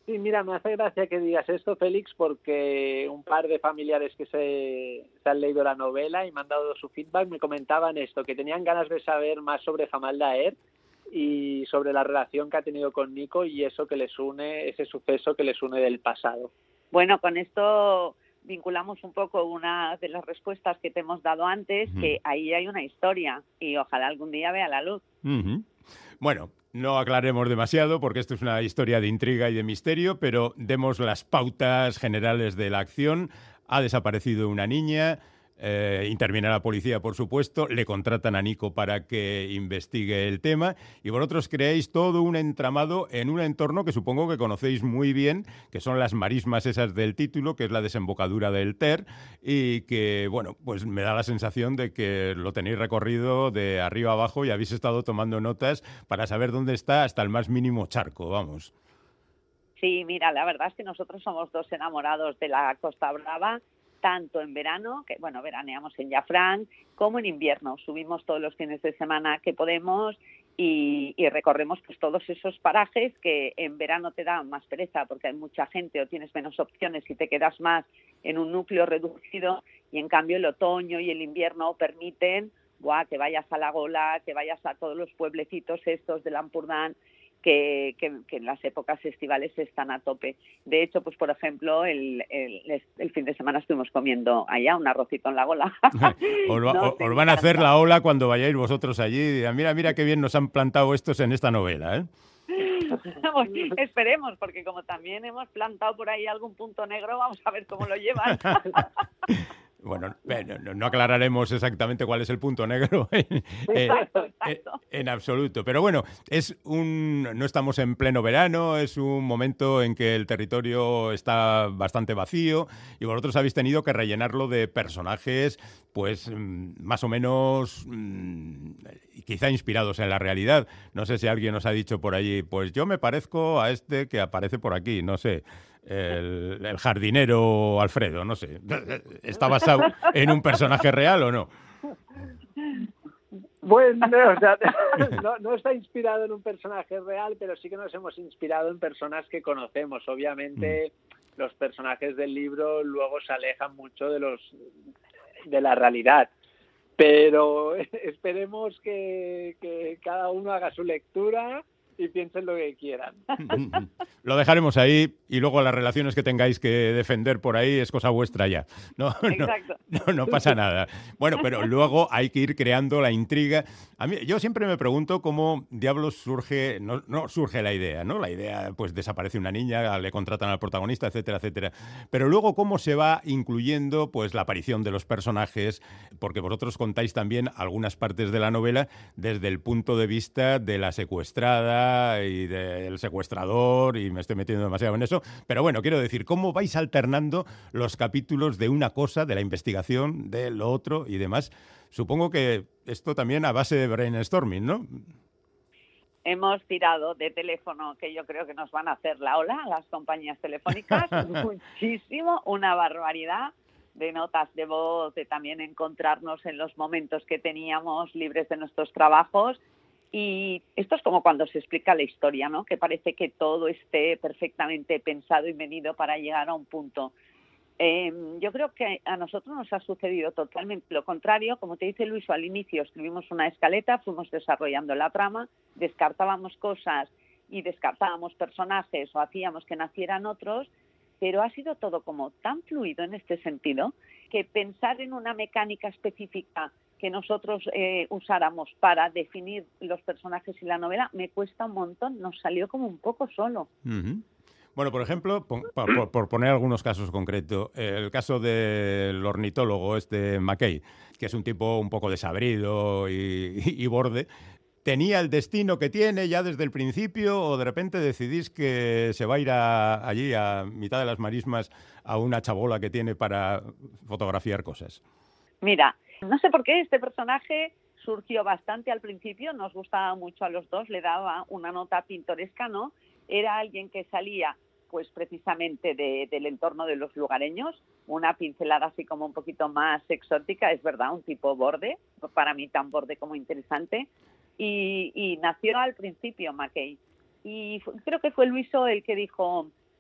Sí, mira, me hace gracia que digas esto, Félix, porque un par de familiares que se, se han leído la novela y me han dado su feedback me comentaban esto, que tenían ganas de saber más sobre Jamal Daher y sobre la relación que ha tenido con Nico y eso que les une, ese suceso que les une del pasado. Bueno, con esto vinculamos un poco una de las respuestas que te hemos dado antes, uh-huh. que ahí hay una historia y ojalá algún día vea la luz. Uh-huh. Bueno, no aclaremos demasiado porque esto es una historia de intriga y de misterio, pero demos las pautas generales de la acción. Ha desaparecido una niña, eh, interviene la policía, por supuesto, le contratan a Nico para que investigue el tema y vosotros creáis todo un entramado en un entorno que supongo que conocéis muy bien, que son las marismas esas del título, que es la desembocadura del Ter y que, bueno, pues me da la sensación de que lo tenéis recorrido de arriba a abajo y habéis estado tomando notas para saber dónde está hasta el más mínimo charco, vamos. Sí, mira, la verdad es que nosotros somos dos enamorados de la Costa Brava, tanto en verano, que bueno, veraneamos en Llafranc, como en invierno. Subimos todos los fines de semana que podemos y, y recorremos pues todos esos parajes que en verano te dan más pereza porque hay mucha gente o tienes menos opciones y te quedas más en un núcleo reducido y en cambio el otoño y el invierno permiten buah, que vayas a La Gola, que vayas a todos los pueblecitos estos del Ampurdán, Que, que, que en las épocas estivales están a tope. De hecho, pues por ejemplo, el, el, el fin de semana estuvimos comiendo allá un arrocito en La Gola. os, va, no, os van a hacer la ola cuando vayáis vosotros allí y digan, mira, mira qué bien nos han plantado estos en esta novela, ¿eh? Pues, esperemos, porque como también hemos plantado por ahí algún punto negro, vamos a ver cómo lo llevan. Bueno, no, no aclararemos exactamente cuál es el punto negro en, exacto, en, exacto. en, en absoluto. Pero bueno, es un, no estamos en pleno verano, es un momento en que el territorio está bastante vacío y vosotros habéis tenido que rellenarlo de personajes, pues más o menos quizá inspirados en la realidad. No sé si alguien os ha dicho por allí, pues yo me parezco a este que aparece por aquí, no sé. El, el jardinero Alfredo, no sé. ¿Está basado en un personaje real o no? Bueno, o sea, no, no está inspirado en un personaje real, pero sí que nos hemos inspirado en personas que conocemos. Obviamente, mm. los personajes del libro luego se alejan mucho de los de la realidad. Pero esperemos que, que cada uno haga su lectura y piensen lo que quieran. Lo dejaremos ahí y luego las relaciones que tengáis que defender por ahí es cosa vuestra ya. No, Exacto. No, no, no pasa nada. Bueno, pero luego hay que ir creando la intriga. A mí, yo siempre me pregunto cómo diablos surge, no, no surge la idea, ¿no? La idea, pues desaparece una niña, le contratan al protagonista, etcétera, etcétera. Pero luego cómo se va incluyendo, pues, la aparición de los personajes, porque vosotros contáis también algunas partes de la novela desde el punto de vista de la secuestrada y del secuestrador, y me estoy metiendo demasiado en eso, pero bueno, quiero decir, ¿cómo vais alternando los capítulos de una cosa, de la investigación, de lo otro y demás? Supongo que esto también a base de brainstorming, ¿no? Hemos tirado de teléfono, que yo creo que nos van a hacer la ola, las compañías telefónicas, muchísimo, una barbaridad de notas de voz, de también encontrarnos en los momentos que teníamos libres de nuestros trabajos. Y esto es como cuando se explica la historia, ¿no? Que parece que todo esté perfectamente pensado y medido para llegar a un punto. Eh, yo creo que a nosotros nos ha sucedido totalmente lo contrario. Como te dice Luis, al inicio escribimos una escaleta, fuimos desarrollando la trama, descartábamos cosas y descartábamos personajes o hacíamos que nacieran otros, pero ha sido todo como tan fluido en este sentido que pensar en una mecánica específica que nosotros eh, usáramos para definir los personajes y la novela, me cuesta un montón, nos salió como un poco solo. Uh-huh. Bueno, por ejemplo, por, por, por poner algunos casos concretos, el caso del ornitólogo este McKay, que es un tipo un poco desabrido y, y, y borde, ¿tenía el destino que tiene ya desde el principio o de repente decidís que se va a ir a, allí a mitad de las marismas a una chabola que tiene para fotografiar cosas? Mira, no sé por qué este personaje surgió bastante al principio, nos gustaba mucho a los dos, le daba una nota pintoresca, ¿no? Era alguien que salía pues precisamente de, del entorno de los lugareños, una pincelada así como un poquito más exótica, es verdad, un tipo borde, para mí tan borde como interesante, y, y nació al principio McKay. Y fue, creo que fue Luiso el que dijo,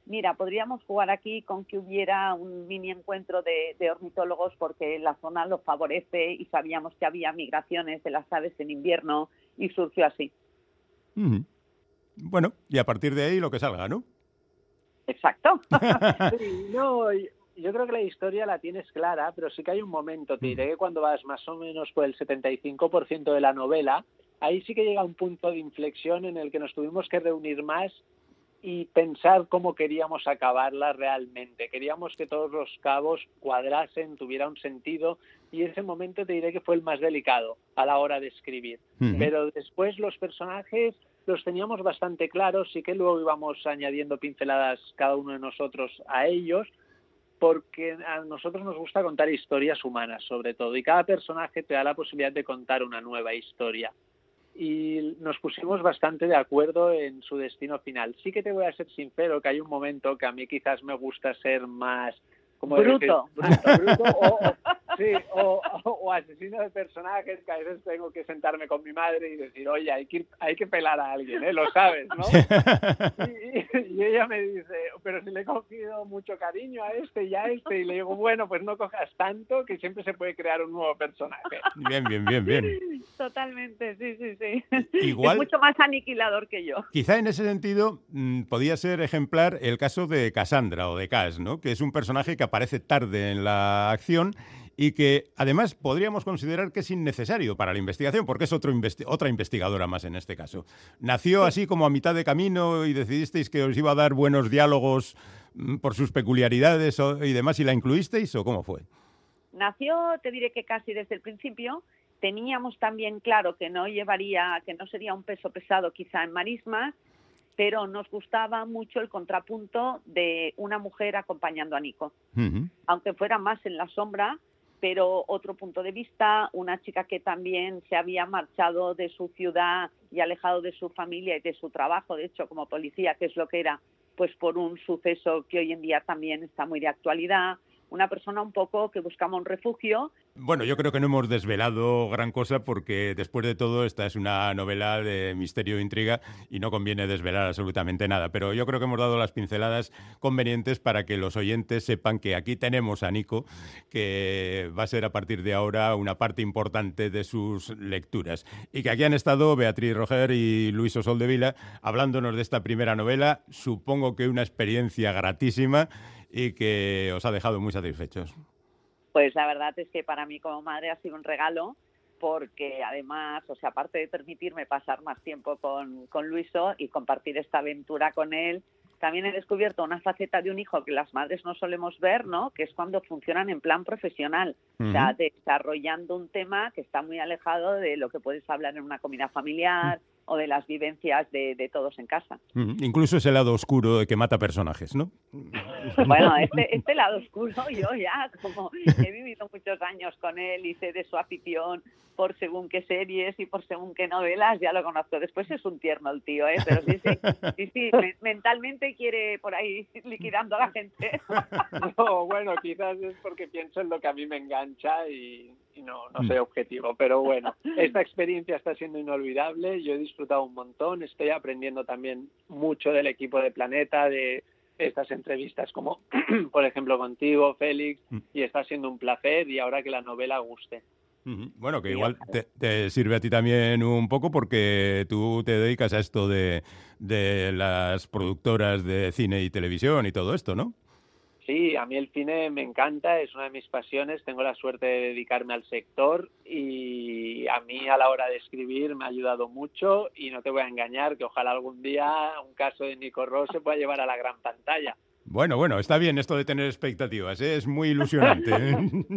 mira, podríamos jugar aquí con que hubiera un mini encuentro de, de ornitólogos porque la zona lo favorece y sabíamos que había migraciones de las aves en invierno y surgió así. Uh-huh. Bueno, y a partir de ahí lo que salga, ¿no? Exacto. Sí, no, yo creo que la historia la tienes clara, pero sí que hay un momento, te diré que cuando vas más o menos por el setenta y cinco por ciento de la novela, ahí sí que llega un punto de inflexión en el que nos tuvimos que reunir más y pensar cómo queríamos acabarla realmente. Queríamos que todos los cabos cuadrasen, tuviera un sentido, y ese momento te diré que fue el más delicado a la hora de escribir. Uh-huh. Pero después los personajes los teníamos bastante claros, sí que luego íbamos añadiendo pinceladas cada uno de nosotros a ellos, porque a nosotros nos gusta contar historias humanas sobre todo, y cada personaje te da la posibilidad de contar una nueva historia. Y nos pusimos bastante de acuerdo en su destino final. Sí que te voy a ser sincero que hay un momento que a mí quizás me gusta ser más... Como bruto. Decir, bruto, bruto o, o, sí, o, o, o asesino de personajes, que a veces tengo que sentarme con mi madre y decir, oye, hay que, ir, hay que pelar a alguien, ¿eh? Lo sabes, ¿no? y, y, y ella me dice, pero si le he cogido mucho cariño a este y a este, y le digo, bueno, pues no cojas tanto, que siempre se puede crear un nuevo personaje. Bien, bien, bien, bien. Totalmente, sí, sí, sí. Igual, es mucho más aniquilador que yo. Quizá en ese sentido mmm, podía ser ejemplar el caso de Cassandra o de Cass, ¿no? Que es un personaje que aparece tarde en la acción y que además podríamos considerar que es innecesario para la investigación porque es otro investi- otra investigadora más en este caso. ¿Nació así como a mitad de camino y decidisteis que os iba a dar buenos diálogos mmm, por sus peculiaridades o, y demás y la incluisteis o cómo fue? Nació, te diré que casi desde el principio. Teníamos también claro que no llevaría, que no sería un peso pesado quizá en marismas, pero nos gustaba mucho el contrapunto de una mujer acompañando a Nico. Uh-huh. Aunque fuera más en la sombra, pero otro punto de vista, una chica que también se había marchado de su ciudad y alejado de su familia y de su trabajo, de hecho, como policía, que es lo que era, pues por un suceso que hoy en día también está muy de actualidad. Una persona un poco que buscaba un refugio. Bueno, yo creo que no hemos desvelado gran cosa porque después de todo esta es una novela de misterio e intriga y no conviene desvelar absolutamente nada, pero yo creo que hemos dado las pinceladas convenientes para que los oyentes sepan que aquí tenemos a Nico, que va a ser a partir de ahora una parte importante de sus lecturas, y que aquí han estado Beatriz Roger y Luis Soldevila hablándonos de esta primera novela, supongo que una experiencia gratísima y que os ha dejado muy satisfechos. Pues la verdad es que para mí como madre ha sido un regalo, porque además, o sea, aparte de permitirme pasar más tiempo con, con Luiso y compartir esta aventura con él, también he descubierto una faceta de un hijo que las madres no solemos ver, ¿no? Que es cuando funcionan en plan profesional, uh-huh. O sea, desarrollando un tema que está muy alejado de lo que puedes hablar en una comida familiar, uh-huh. o de las vivencias de, de todos en casa. Uh-huh. Incluso ese lado oscuro de que mata personajes, ¿no? Bueno, este, este lado oscuro yo ya, como he vivido muchos años con él y sé de su afición por según qué series y por según qué novelas, ya lo conozco. Después es un tierno el tío, ¿eh? Pero sí, sí, sí, sí me, mentalmente quiere por ahí liquidando a la gente. No, bueno, quizás es porque pienso en lo que a mí me engancha y, y no, no soy objetivo. Pero bueno, esta experiencia está siendo inolvidable, yo he disfrutado un montón, estoy aprendiendo también mucho del equipo de Planeta, de estas entrevistas como, por ejemplo, contigo, Félix, y está siendo un placer y ahora que la novela guste. Bueno, que igual te, te sirve a ti también un poco porque tú te dedicas a esto de, de las productoras de cine y televisión y todo esto, ¿no? Sí, a mí el cine me encanta, es una de mis pasiones, tengo la suerte de dedicarme al sector y a mí a la hora de escribir me ha ayudado mucho y no te voy a engañar que ojalá algún día un caso de Nico Ross se pueda llevar a la gran pantalla. Bueno, bueno, está bien esto de tener expectativas, ¿eh? Es muy ilusionante, ¿eh?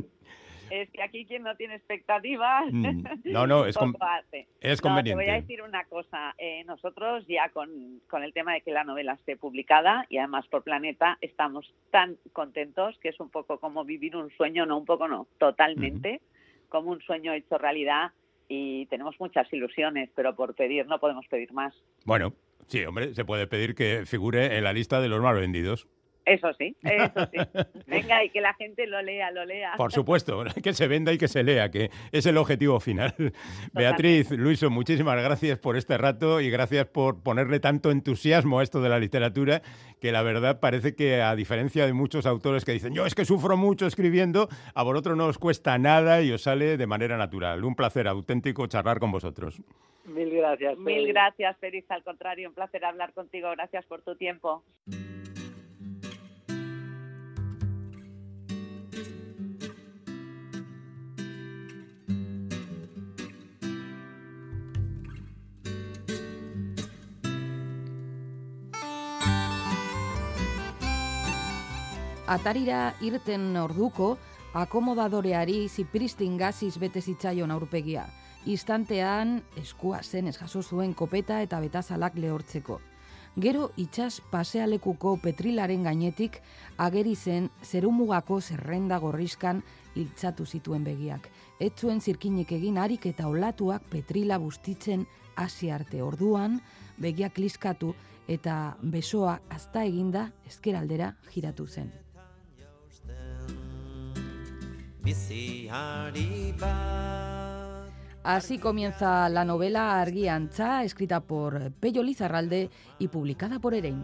Es que aquí quien no tiene expectativas mm, no, no, es, com- es conveniente. No, te voy a decir una cosa. Eh, nosotros ya con, con el tema de que la novela esté publicada y además por Planeta estamos tan contentos que es un poco como vivir un sueño, no un poco no, totalmente, uh-huh. como un sueño hecho realidad y tenemos muchas ilusiones, pero por pedir no podemos pedir más. Bueno, sí, hombre, se puede pedir que figure en la lista de los más vendidos. Eso sí, eso sí. Venga, y que la gente lo lea, lo lea. Por supuesto, que se venda y que se lea, que es el objetivo final. Beatriz, Luiso, muchísimas gracias por este rato y gracias por ponerle tanto entusiasmo a esto de la literatura, que la verdad parece que, a diferencia de muchos autores que dicen yo es que sufro mucho escribiendo, a vosotros no os cuesta nada y os sale de manera natural. Un placer auténtico charlar con vosotros. Mil gracias. Mil Félix. gracias, Félix. Al contrario, un placer hablar contigo. Gracias por tu tiempo. Atarira irten orduko, akomodadoreari zipristin gaziz bete zitzaion aurpegia. Instantean eskua zenez jaso zuen kopeta eta betazalak lehortzeko. Gero itsas pasealekuko petrilaren gainetik ageri zen zerumugako zerrenda gorriskan iltzatu zituen begiak. Ez zuen zirkinik egin harik eta olatuak petrila bustitzen hasi arte. Orduan begiak liskatu eta besoa azta eginda ezkeraldera giratu zen. Así comienza la novela Argi Antza, escrita por Pello Lizarralde y publicada por Erein.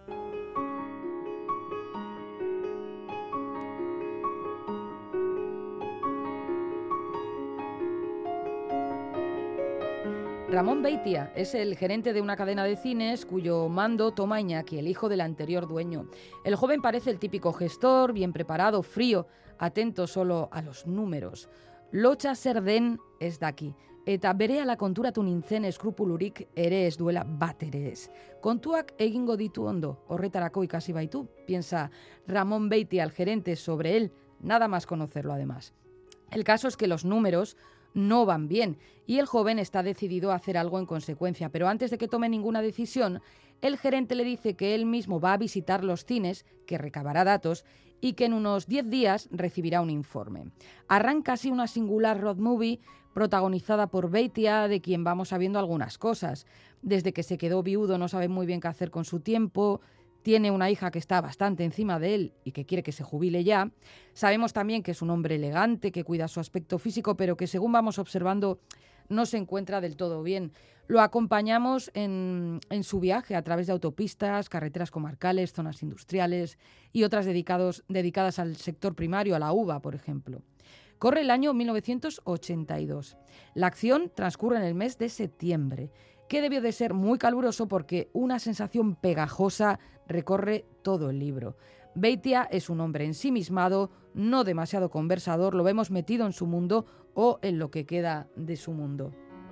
Ramón Beitia es el gerente de una cadena de cines cuyo mando toma Iñaki, el hijo del anterior dueño. El joven parece el típico gestor, bien preparado, frío, atento solo a los números. Lotsa zer den ez daki, eta berehala konturatu nintzen eskrupulurik ere ez duela bat ere ez. Kontuak egingo ditu ondo, horretarako ikasi baitu, piensa Ramón Beitia, el gerente, sobre él, nada más conocerlo además. El caso es que los números no van bien y el joven está decidido a hacer algo en consecuencia, pero antes de que tome ninguna decisión, el gerente le dice que él mismo va a visitar los cines, que recabará datos y que en unos diez días recibirá un informe. Arranca así una singular road movie protagonizada por Beitia, de quien vamos sabiendo algunas cosas. Desde que se quedó viudo no sabe muy bien qué hacer con su tiempo, tiene una hija que está bastante encima de él y que quiere que se jubile ya. Sabemos también que es un hombre elegante, que cuida su aspecto físico, pero que según vamos observando no se encuentra del todo bien. Lo acompañamos en, en su viaje a través de autopistas, carreteras comarcales, zonas industriales y otras dedicados, dedicadas al sector primario, a la uva, por ejemplo. Corre el año mil novecientos ochenta y dos. La acción transcurre en el mes de septiembre, que debió de ser muy caluroso porque una sensación pegajosa recorre todo el libro. Beitia es un hombre ensimismado, no demasiado conversador, lo vemos metido en su mundo o en lo que queda de su mundo.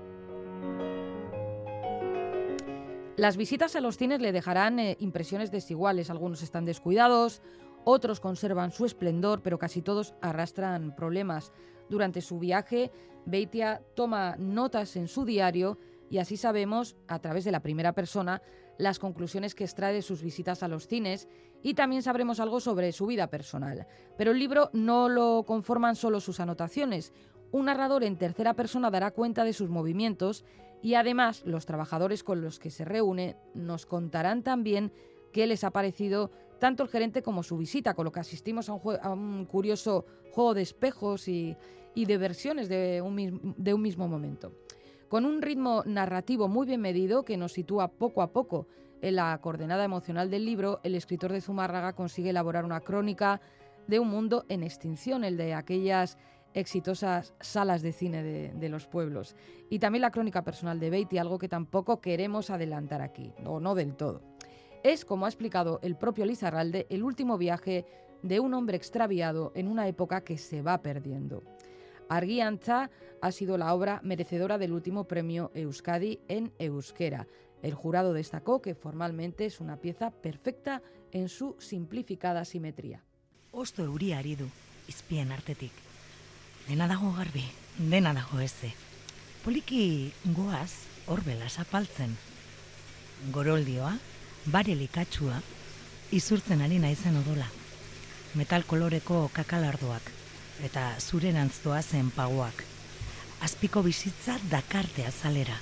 Las visitas a los cines le dejarán eh, impresiones desiguales. Algunos están descuidados, otros conservan su esplendor, pero casi todos arrastran problemas. Durante su viaje, Beitia toma notas en su diario y así sabemos, a través de la primera persona, las conclusiones que extrae de sus visitas a los cines y también sabremos algo sobre su vida personal. Pero el libro no lo conforman solo sus anotaciones. Un narrador en tercera persona dará cuenta de sus movimientos y además los trabajadores con los que se reúne nos contarán también qué les ha parecido tanto el gerente como su visita, con lo que asistimos a un, jue- a un curioso juego de espejos y, y de versiones de un, mis- de un mismo momento. Con un ritmo narrativo muy bien medido que nos sitúa poco a poco en la coordenada emocional del libro, el escritor de Zumárraga consigue elaborar una crónica de un mundo en extinción, el de aquellas exitosas salas de cine de, de los pueblos. Y también la crónica personal de Beitia, algo que tampoco queremos adelantar aquí, o no del todo. Es, como ha explicado el propio Lizarralde, el último viaje de un hombre extraviado en una época que se va perdiendo. Argi Antza ha sido la obra merecedora del último premio Euskadi en euskera. El jurado destacó que formalmente es una pieza perfecta en su simplificada simetría. Osto euria ari du, izpien artetik. Dena dago garbi, dena dago eze. Poliki goaz, horbela zapaltzen. Goroldioa, bare likatsua, izurtzen ari naizen odola. Metal koloreko kakalardoak, eta zurerantz doazen pagoak. Azpiko bizitza dakarte azalera.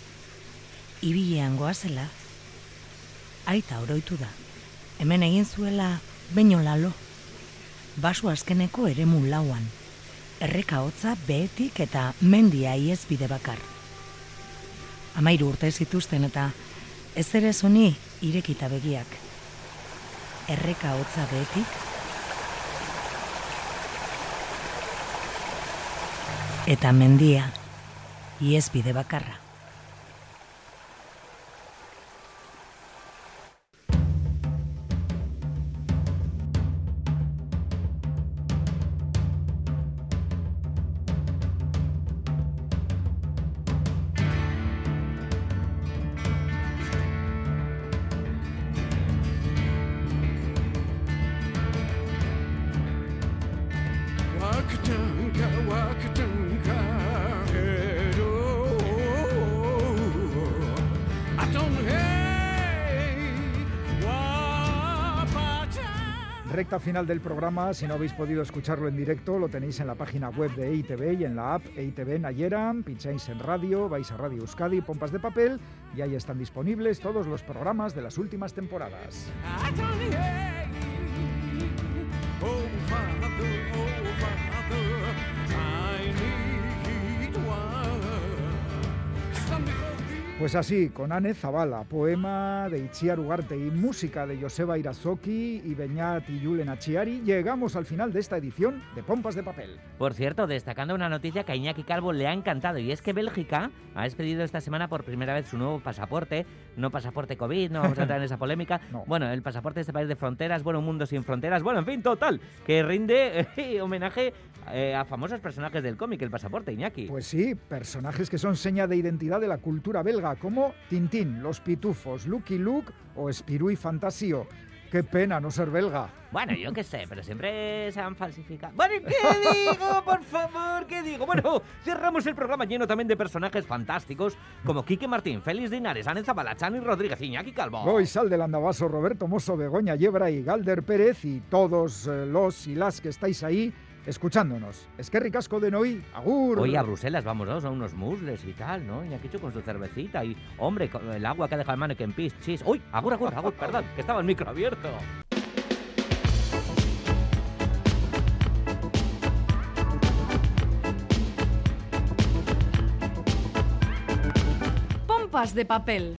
Ibilean goazela, aita oroitu da. Hemen egin zuela Beño lalo. Baso azkeneko eremu lauan. Erreka hotza behetik eta mendia iezbide bakar. Amairu urte zituzten eta ez ere zoni irekita begiak. Erreka hotza behetik eta mendia iezbide bakarra. Recta final del programa. Si no habéis podido escucharlo en directo, lo tenéis en la página web de E I T V y en la app E I T V Nayera. Pincháis en radio, vais a Radio Euskadi, Pompas de Papel, y ahí están disponibles todos los programas de las últimas temporadas. Pues así, con Ane Zabala, poema de Itziar Ugarte y música de Joseba Irazoki y Beñat y Julen Achiari, llegamos al final de esta edición de Pompas de Papel. Por cierto, destacando una noticia que a Iñaki Calvo le ha encantado, y es que Bélgica ha expedido esta semana por primera vez su nuevo pasaporte, no pasaporte COVID, no vamos a entrar en esa polémica. No. Bueno, el pasaporte de este país de fronteras, bueno, un mundo sin fronteras, bueno, en fin, total, que rinde eh, homenaje eh, a famosos personajes del cómic, el pasaporte, Iñaki. Pues sí, personajes que son seña de identidad de la cultura belga, como Tintín, Los Pitufos, Lucky Luke o Spirou y Fantasio. Qué pena no ser belga. Bueno, yo qué sé, pero siempre se han falsificado. Bueno, ¿qué digo? Por favor, ¿qué digo? Bueno, cerramos el programa lleno también de personajes fantásticos como Quique Martín, Félix Linares, Ane Zabala, Chani Rodríguez, Iñaki Calvo. Goizal del Andabaso, Roberto Mosso, Begoña Yebra y Galder Pérez, y todos eh, los y las que estáis ahí escuchándonos. Eskerrik asko denoi, agur. Hoy a Bruselas, vámonos a unos musles y tal, ¿no? Y aquí hecho con su cervecita y, hombre, el agua que ha dejado el mannequin peace, chis. Uy, agur, agur, agur, perdón, que estaba el micro abierto. Pompas de papel.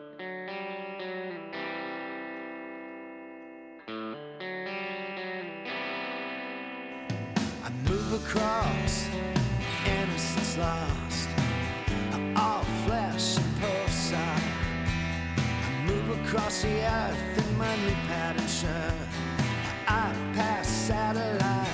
Across, innocence lost, all flesh and pulse. I move across the earth in my new pattern shirt. I pass satellite.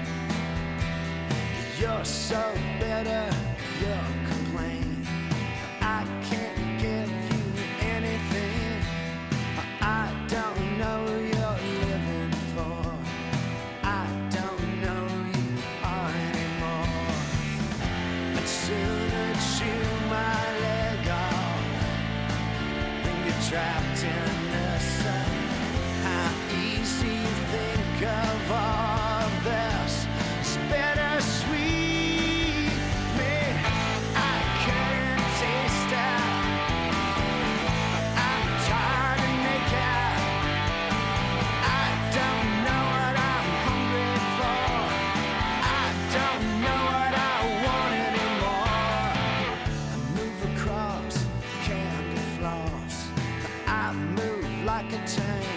You're so bitter, you're complaining. I can't give you anything. I don't know who you're living for. I don't know you anymore. I'd sooner chew my leg off than get trapped in this. How easy you think of all of this. It's bittersweet. Me, I couldn't taste it. I'm tired and naked. I don't know what I'm hungry for. I don't know what I want anymore. I move across candy floss. I move like a tank.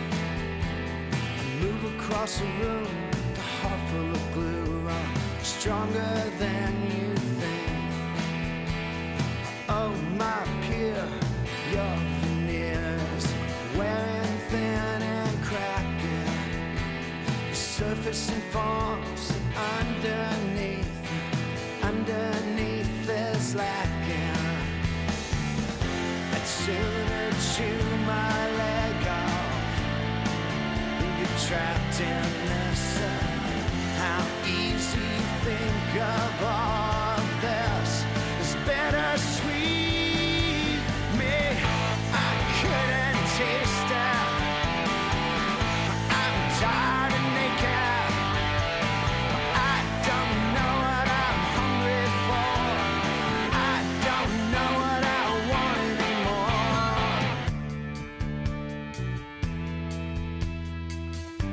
I move across a room, a heart full of glue. I'm stronger than you think. Oh, my peer, your veneers wearing thin and cracking. The surface informs underneath, underneath is lacking. I'd sooner chew my leg off than get trapped in this. uh, How easy you think of all of this is bittersweet. Me, I couldn't taste it. I'm tired and naked. I don't know what I'm hungry for. I don't know what I want anymore.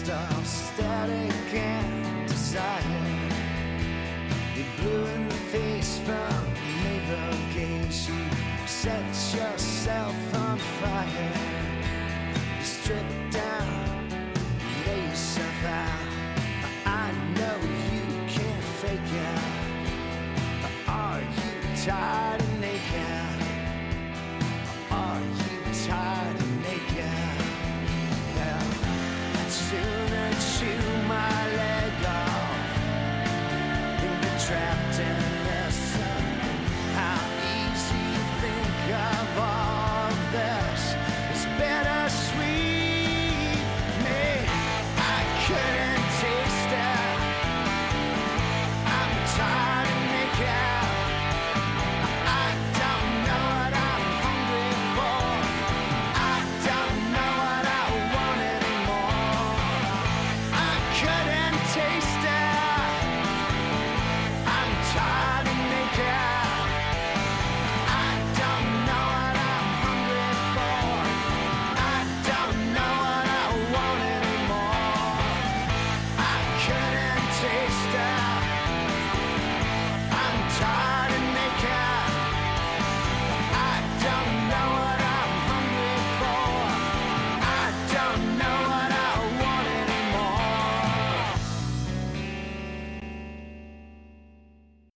mixed of static and desire. You're blue in the face from navel gaze. You set yourself on fire. You strip down, lay yourself out. I know you can't fake it. Are you tired?